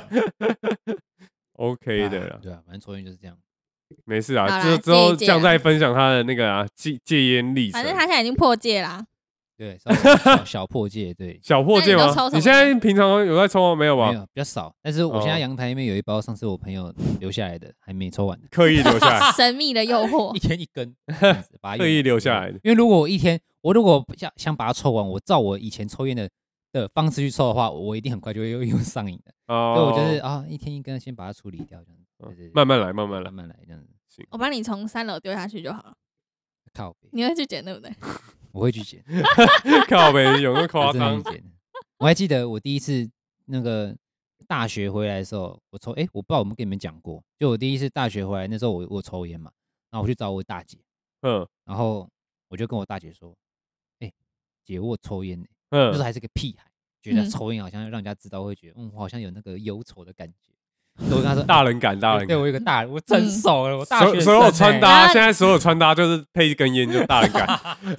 OK 的啦， 对啊，反正抽烟就是这样， 没事啊。之之后酱再分享他的那个啊戒戒烟历程。 反正他现在已经破戒啦。 对，小小破戒，对， 小破戒吗？你现在平常有在抽吗？没有吧？ 没有，比较少。但是我现在阳台里面有一包，上次我朋友留下来的，还没抽完的， 刻意留下来。 神秘的诱惑， 一天一根， 刻意留下来的。 因为如果我一天，我如果想想把它抽完，我照我以前抽烟的。的方式去抽的话，我一定很快就会又上瘾的。哦，所以我就是啊，一天一根，先把它处理掉，这样子。对对对， 慢慢来，慢慢来， 慢慢来，这样子。 行， 我把你从三楼丢下去就好了。 靠北， 你会去捡对不对？ 我会去捡。 靠北，有那么夸张？ 我还记得我第一次那个大学回来的时候，我抽，哎、欸，我不知道我们跟你们讲过，就我第一次大学回来那时候我，我我抽烟嘛，然后我去找我大姐，嗯，然后我就跟我大姐说，哎、欸，姐，我抽烟呢、欸。嗯，那时候还是个屁孩，觉得抽烟好像让人家知道，会觉得嗯，我好像有那个忧愁的感觉。所以我跟他说， 大人感，大人感。 对我有个大人，我成熟了，我大学所有穿搭，现在所有穿搭就是配一根烟就大人感。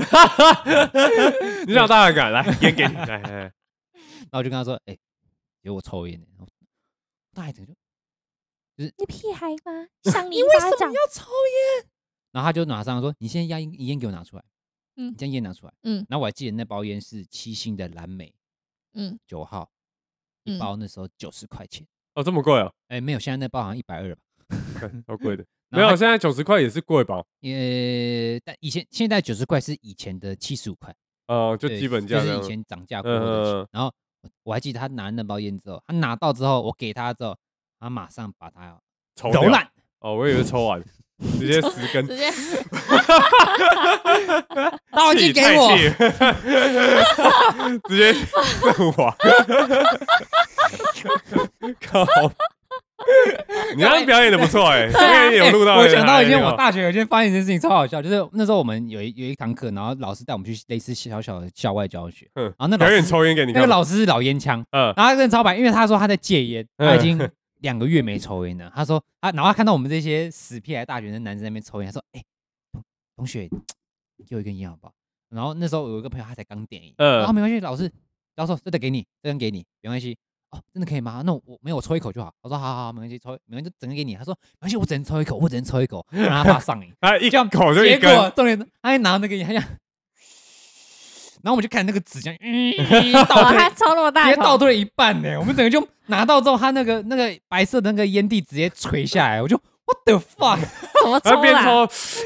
你想大人感，来烟给你，来来。 然后我就跟他说，哎，有我抽烟呢。大孩子就就是你屁孩吗？赏你为什么要抽烟？然后他就马上说，你现在压烟烟给我拿出来。嗯，将烟拿出来。嗯，然后我还记得那包烟是七星的蓝莓，嗯，九号，一包那时候九十块钱。 哦，这么贵哦？ 哎，没有，现在那包好像一百二吧， 超贵的。没有，现在九十块也是贵吧？ 呃，但以前现在九十块是以前的七十五块。 哦，就基本价， 就是以前涨价过后的钱。然后我还记得他拿那包烟之后，他拿到之后，我给他之后，他马上把它揉烂。哦，我以为抽完。直接十根， 直接倒进给我， 直接阵亡。靠！你刚刚表演的不错哎，因为有录到。 我想到以前我大学有一件发现一件事情超好笑，就是那时候我们有一有一堂课，然后老师带我们去类似小小的校外教学，嗯，然后那表演抽烟给你看。 那个老师是老烟枪，嗯，然后他跟超白，因为他说他在戒烟，他已经。两个月没抽烟了，他说他，然后他看到我们这些死屁孩大学生男生在那边抽烟，他说：“哎、欸，同同学，给我一根烟好不好？”然后那时候有一个朋友他才刚点烟，嗯，然后没关系，老师，教授这个给你，这根给你，没关系，哦，真的可以吗？那我没有，我抽一口就好。我说好好好，没关系，抽，没关系，整个给你。他说没关系，我只能抽一口，我只能抽一口，让他怕上瘾。 他一口就一根， 结果重点他还拿那个烟，他讲。然后我们就看那个纸浆，嗯，倒退， 他抽那么大， 直接倒退一半呢。我们整个就拿到之后，他那个那个白色的那个烟蒂直接垂下来，我就 what the fuck， 怎么抽边抽？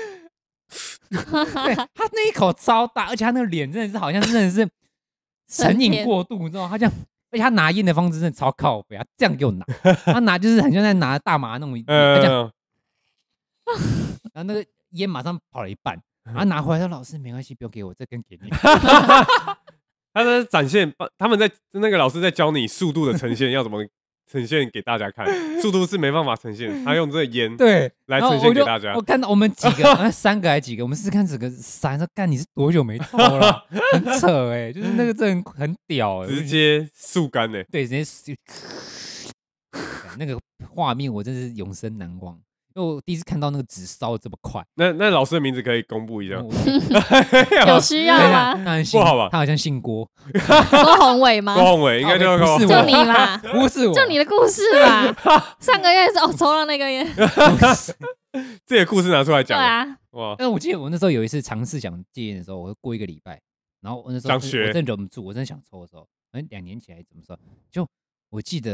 对，他那一口超大，而且他那个脸真的是好像真的是成瘾过度，你知道吗？他这样，而且他拿烟的方式真的超靠北，他这样给我拿，他拿就是很像在拿大麻那种，他这样，然后那个烟马上跑了一半。然后拿回来说：“老师，没关系，不用给我，这根给你。” 他在展现，他们在那个老师在教你速度的呈现要怎么呈现给大家看，速度是没办法呈现，他用这个烟对来呈现给大家。 我, 我看到我们几个，三个还几个，我们试看几个三说干你是多久没抽了？很扯哎、欸，就是那个真的很屌、欸， 直接速干哎、欸， 对，直接那个画面我真是永生难忘。因为我第一次看到那个纸烧的这么快， 那那老师的名字可以公布一下， 有需要吗？ 不好吧？他好像姓郭， 郭宏伟吗？ 郭宏伟应该就不是就你啦， 不是我， 就你的故事吧。上个月是哦，抽到那个烟， 这个故事拿出来讲， 对啊， 哇！但我记得我那时候有一次尝试想戒烟的时候，我会过一个礼拜，然后我那时候我真的忍不住，我真的想抽的时候，好像两年前还是怎么说？就我记得。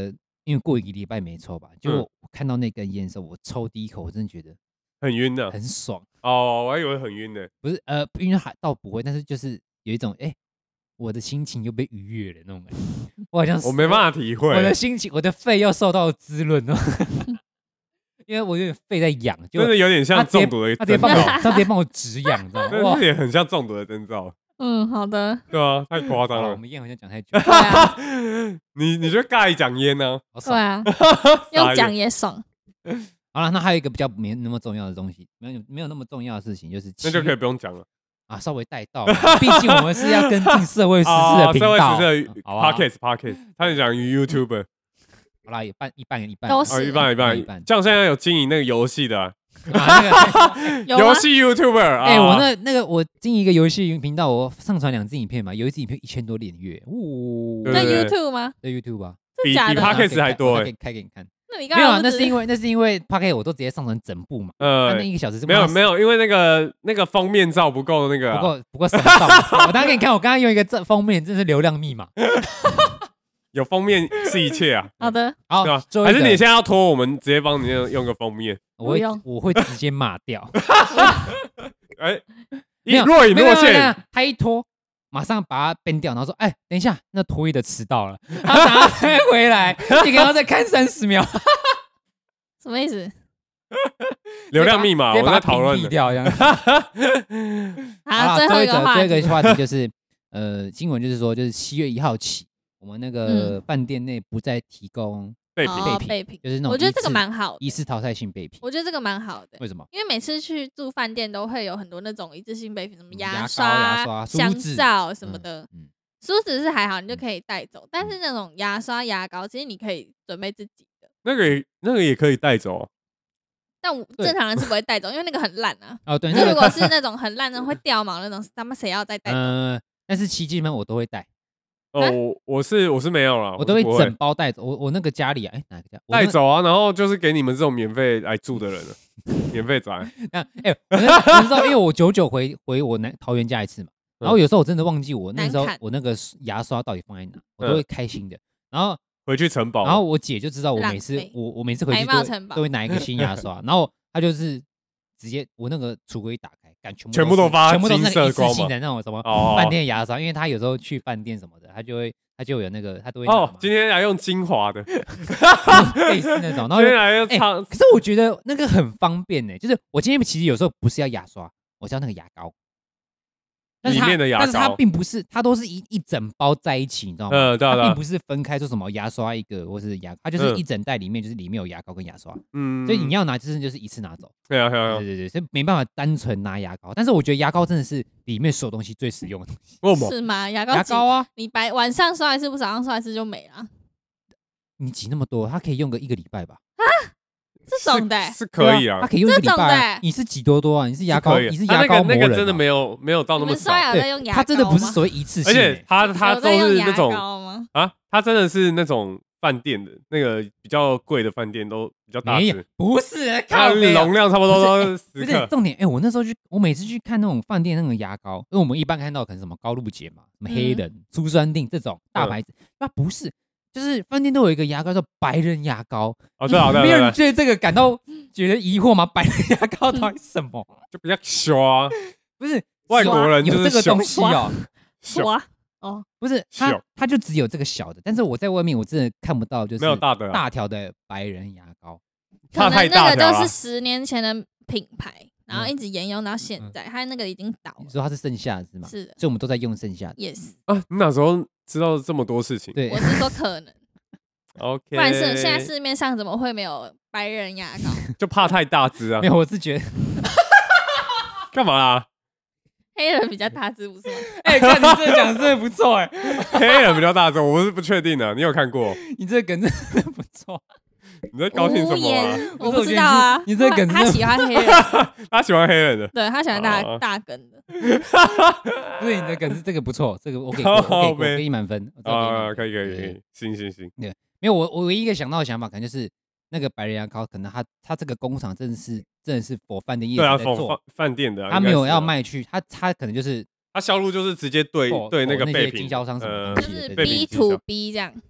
因为过一个礼拜没抽吧，就我看到那根烟的时候，我抽第一口，我真的觉得很晕的， 很爽哦，我还以为很晕呢， 不是呃，因为还倒不会，但是就是有一种哎、欸，我的心情又被愉悦了那种感觉，我好像我没办法体会， 我的心情，我的肺又受到滋润了。因为我有点肺在痒，就真的有点像中毒的征兆， 他直接帮我止痒，你知道吗？ 这也很像中毒的征兆。 嗯，好的。 对啊，太夸张了。 我们烟好像讲太久。 对啊， 你你就尬意讲烟呢？ 对啊，用讲也爽。 好了，那还有一个比较没那么重要的东西，没有没有那么重要的事情，就是那就可以不用讲了啊，稍微带到，毕竟我们是要跟进社会时事的频道， 社会时事的 podcast podcast， 他是讲 YouTuber。 好啦，一半一半一半， 都是一半一半一半。像现在有经营那个游戏的， 游戏 YouTuber。 哎，我那那个我经营一个游戏频道，我上传两支影片嘛，有一支影片一千多点阅， 哦，在 YouTube 吗？ 在 YouTube 啊， 比比 Podcast 还多哎， 开给你看。 那你没有啊？那是因为那是因为 Podcast 我都直接上传整部嘛，呃，那一个小时是没有没有，因为那个那个封面照不够那个， 不够不够神照。我当时给你看，我刚刚用一个这封面，真是流量密码。 有封面是一切啊！ 好的， 好， 对吧？还是你现在要拖我们直接帮你用个封面？ 我会我会直接骂掉。 哎，若隐若现， 他一拖，马上把它编掉，然后说：“哎，等一下，那拖衣的迟到了。”他拿回来，你给他再看三十秒。 什么意思？ 流量密码，我在讨论掉这样。 好，最后一个话题，最后一个话题就是呃，新闻就是说，就是七月一号起。我们那个饭店内不再提供备品，备品就是那种， 我觉得这个蛮好的， 一次淘汰性备品。 我觉得这个蛮好的， 为什么？ 因为每次去住饭店都会有很多那种一次性备品，什么牙刷、牙刷、 香皂什么的。梳子是还好，你就可以带走，但是那种牙刷、牙膏，其实你可以准备自己的。 那个那个也可以带走， 但我正常人是不会带走，因为那个很烂啊。 哦，对， 那如果是那种很烂的会掉毛那种，他们谁要再带走？ 嗯，但是奇迹们我都会带。 哦，我我是我是没有了， 我都会整包带走。我我那个家里啊，哎，哪个家带走啊？然后就是给你们这种免费来住的人了，免费宅。 那哎，你知道，因为我久久回回我南桃园家一次嘛，然后有时候我真的忘记我那时候我那个牙刷到底放在哪，我都会开心的。然后回去城堡， 然后我姐就知道我每次我我每次回去都都会拿一个新牙刷，然后她就是直接我那个橱柜一打开，感全部全部都发全部都是金色光嘛，的那种什么饭店牙刷，因为她有时候去饭店什么的。他就会，他就有那个，他都会哦。今天来用精华的， 类似那种。然后今天来用长、 欸，可是我觉得那个很方便呢、欸。就是我今天其实有时候不是要牙刷，我是要那个牙膏。 里面的牙膏， 但是它并不是，它都是一一整包在一起，你知道吗？ 嗯，对它并不是分开，说什么牙刷一个或是牙，它就是一整袋里面就是里面有牙膏跟牙刷。嗯，所以你要拿就是就是一次拿走。 对啊，对啊， 对对对，所以没办法单纯拿牙膏。但是我觉得牙膏真的是里面所有东西最实用的东西。 为什么？ 是吗？牙膏牙膏啊， 你白晚上刷一次，不早上刷一次就没了。 你挤那么多，它可以用个一个礼拜吧？ 啊？这种的是可以啊， 它可以用一个礼拜。你是挤多多啊？你是牙膏，你是牙膏那个真的没有没有到那么少。 它真的不是所谓一次性， 而且它它都是那种啊， 它真的是那种饭店的那个比较贵的饭店都比较大只， 不是， 它容量差不多都是十克。 重点哎，我那时候去，我每次去看那种饭店那种牙膏，因为我们一般看到可能什么高露洁嘛，什么黑人、苏酸定这种大牌子，那不是。就是饭店都有一个牙膏叫白人牙膏哦，对啊，对啊， 没有人对这个感到觉得疑惑吗？白人牙膏到底是什么？ 就比较刷， 不是外国人有这个东西哦， 刷哦， 不是它，它就只有这个小的，但是我在外面我真的看不到，就是没有大的大条的白人牙膏， 可能那个都是十年前的品牌。然后一直沿用到现在，它那个已经倒了。 你说它是剩下的是吗？ 是的， 所以我们都在用剩下的。 Yes 啊，你哪时候知道这么多事情？ 对， 我是说可能。 OK， 不然是现在市面上怎么会没有白人牙膏？ 就怕太大只啊。 没有，我是觉得干嘛啦？ 黑人比较大只，不是吗？ 哎，看你这个讲真的不错哎。 黑人比较大只，我是不确定的。你有看过？ 你这个梗真的不错。 你在高兴什么啊？ 我不知道啊。 你这个梗， 他喜欢黑人， 他喜欢黑人的， 对他喜欢大大梗的。 不是你的梗是这个不错，这个我给我给给你满分啊！可以可以可以，行行行。 对，没有我我唯一一个想到的想法，可能就是那个白人牙膏，可能他他这个工厂真的是真的是for饭店业在做饭店的， 他没有要卖去，他他可能就是他销路就是直接对对那个备品经销商什么就是 B to B 这样。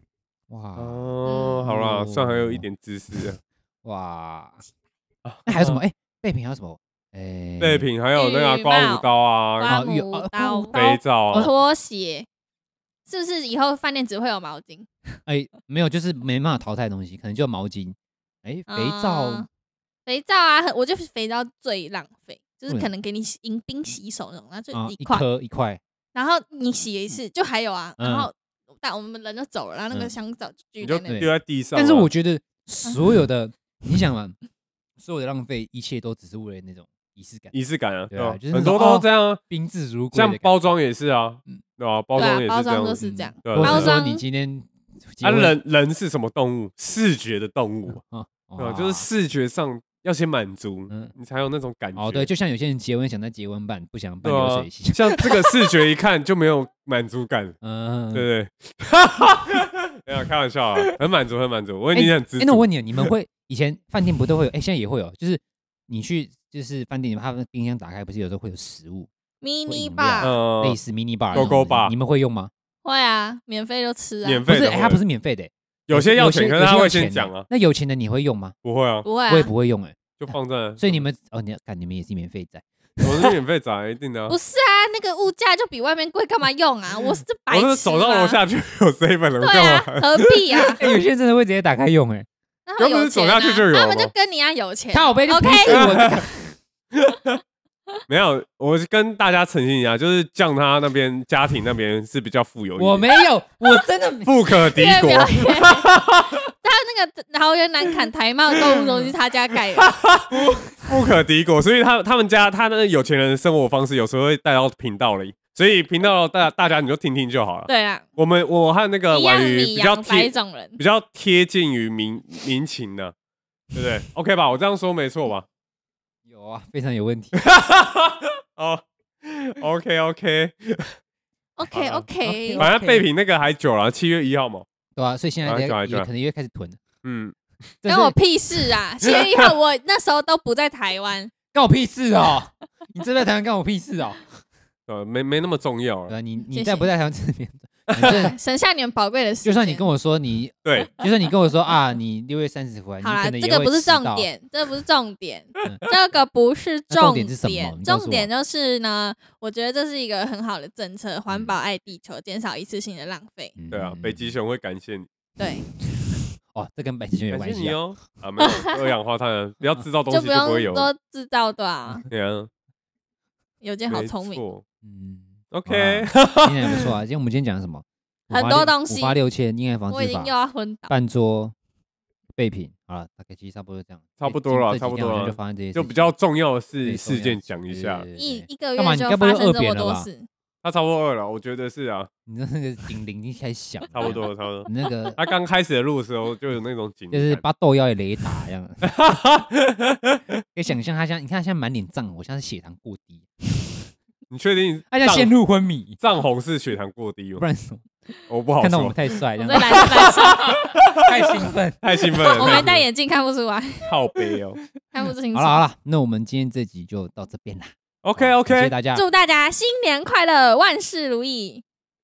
哇哦，好啦，算还有一点知识啊。 哇，那还有什么？哎，备品还有什么？哎， 备品还有那个刮胡刀啊， 刮胡刀、 肥皂、 拖鞋，是不是以后饭店只会有毛巾？ 哎，没有，就是没办法淘汰的东西，可能就毛巾。哎，肥皂， 肥皂啊，我觉得肥皂最浪费，就是可能给你迎宾洗手那种，然后就一块颗一块， 然后你洗一次就还有啊，然后但我们人就走了，然后那个香皂就丢在丢在地上。 但是我觉得所有的，你想嘛，所有的浪费，一切都只是为了那种仪式感， 仪式感啊， 对啊，就是很多都这样， 宾至如归。 像包装也是啊，对吧？包装也是这样， 包装都是这样。 包装你今天， 啊，人人是什么动物？视觉的动物啊，对，就是视觉上要先满足，你才有那种感觉。 哦，对，就像有些人结婚想在结婚办，不想办流水席， 像这个视觉一看就没有满足感，嗯，对不对？没有开玩笑啊，很满足，很满足。我你很知足。 那我问你，你们会以前饭店不都会有？哎，现在也会有，就是你去就是饭店，他们冰箱打开，不是有时候会有食物 ，mini bar， 类似 mini bar， 勾勾 bar， 你们会用吗？ 会啊，免费就吃啊。 免费的， 它不是免费的， 有些要钱，可是他会先讲啊。 那有钱的你会用吗？ 不会啊， 不会， 我也不会用哎， 就放在。 所以你们哦，你看你们也是免费仔。 我是免费仔，一定的。 不是啊，那个物价就比外面贵，干嘛用啊？我是这白痴。 我是走到楼下就有 seven 了，干嘛？ 何必啊？ 有些人真的会直接打开用哎， 根本走下去就有， 他们就跟你一样有钱。 他好被 OK。 没有，我跟大家澄清一下，就是酱他那边家庭那边是比较富有一点。 我没有，我真的富可敌国。 他那个桃园南崁台茂购物中心他家盖的， 富可敌国，所以他他们家他那有钱人的生活方式有时候会带到频道里，所以频道大大家你就听听就好了。 对啊， 我们我和那个婉瑜比较贴比较贴近于民民情的，对不对 ？OK 吧？我这样说没错吧？ 有啊，非常有问题。 哦 ，OK OK OK OK， 反正备品那个还久了，七月一号嘛。 对啊，所以现在也可能又开始囤了。 嗯， 关我屁事啊！七月一号我那时候都不在台湾， 关我屁事哦！你真在台湾关我屁事哦！ 呃，没没那么重要了。 对啊，你你在不在台湾这边？ 省下你们宝贵的时间。 就算你跟我说你对， 就算你跟我说啊，你六月三十回来， 好啦，这个不是重点，这不是重点，这个不是重点。重点就是呢，我觉得这是一个很好的政策，环保爱地球，减少一次性的浪费。 对啊，北极熊会感谢你。 对。 哦，这跟北极熊有关系哦。啊，没有二氧化碳，不要制造东西就不会有。 多制造对啊。 对啊。 邮件好聪明。 嗯。OK， 今天也不错啊。今天我们今天讲什么？ 很多东西， 五花六千，应该防治法， 我已经又要昏倒。 半桌备品，好了，大概其实差不多这样， 差不多了，差不多了， 就发生这些， 就比较重要的事事件讲一下。 一一个月就发生这么多事， 他差不多二了，我觉得是啊。 你的那个警铃已经开始响， 差不多，差不多。 那个他刚开始的录的时候就有那种警铃， 就是把豆要雷打一样。可以想象他像，你看他现在满脸涨红，像是血糖过低。 你确定？ 他像陷入昏迷， 涨红是血糖过低吗？ 不然什么？ 我不好说。 看到我们太帅，这样太兴奋， 太兴奋了。 我没戴眼镜看不出来。 靠背哦， 看不清楚。 好了好了，那我们今天这集就到这边啦。 OK OK， 谢谢大家， 祝大家新年快乐，万事如意。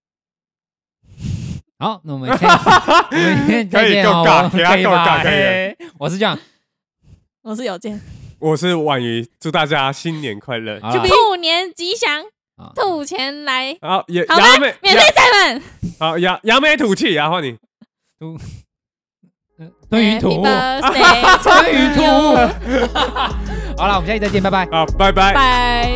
好，那我们先，我们先再见哦。可以吧？可以。我是这样， 我是有健， 我是婉瑜，祝大家新年快乐， 兔年吉祥。吐钱来， 好，也好吧，免费塞门。好， 扬扬眉吐气，然后你吐吞云吐雾， 吞云吐雾。好了，我们下期再见，拜拜。 好，拜拜， 拜。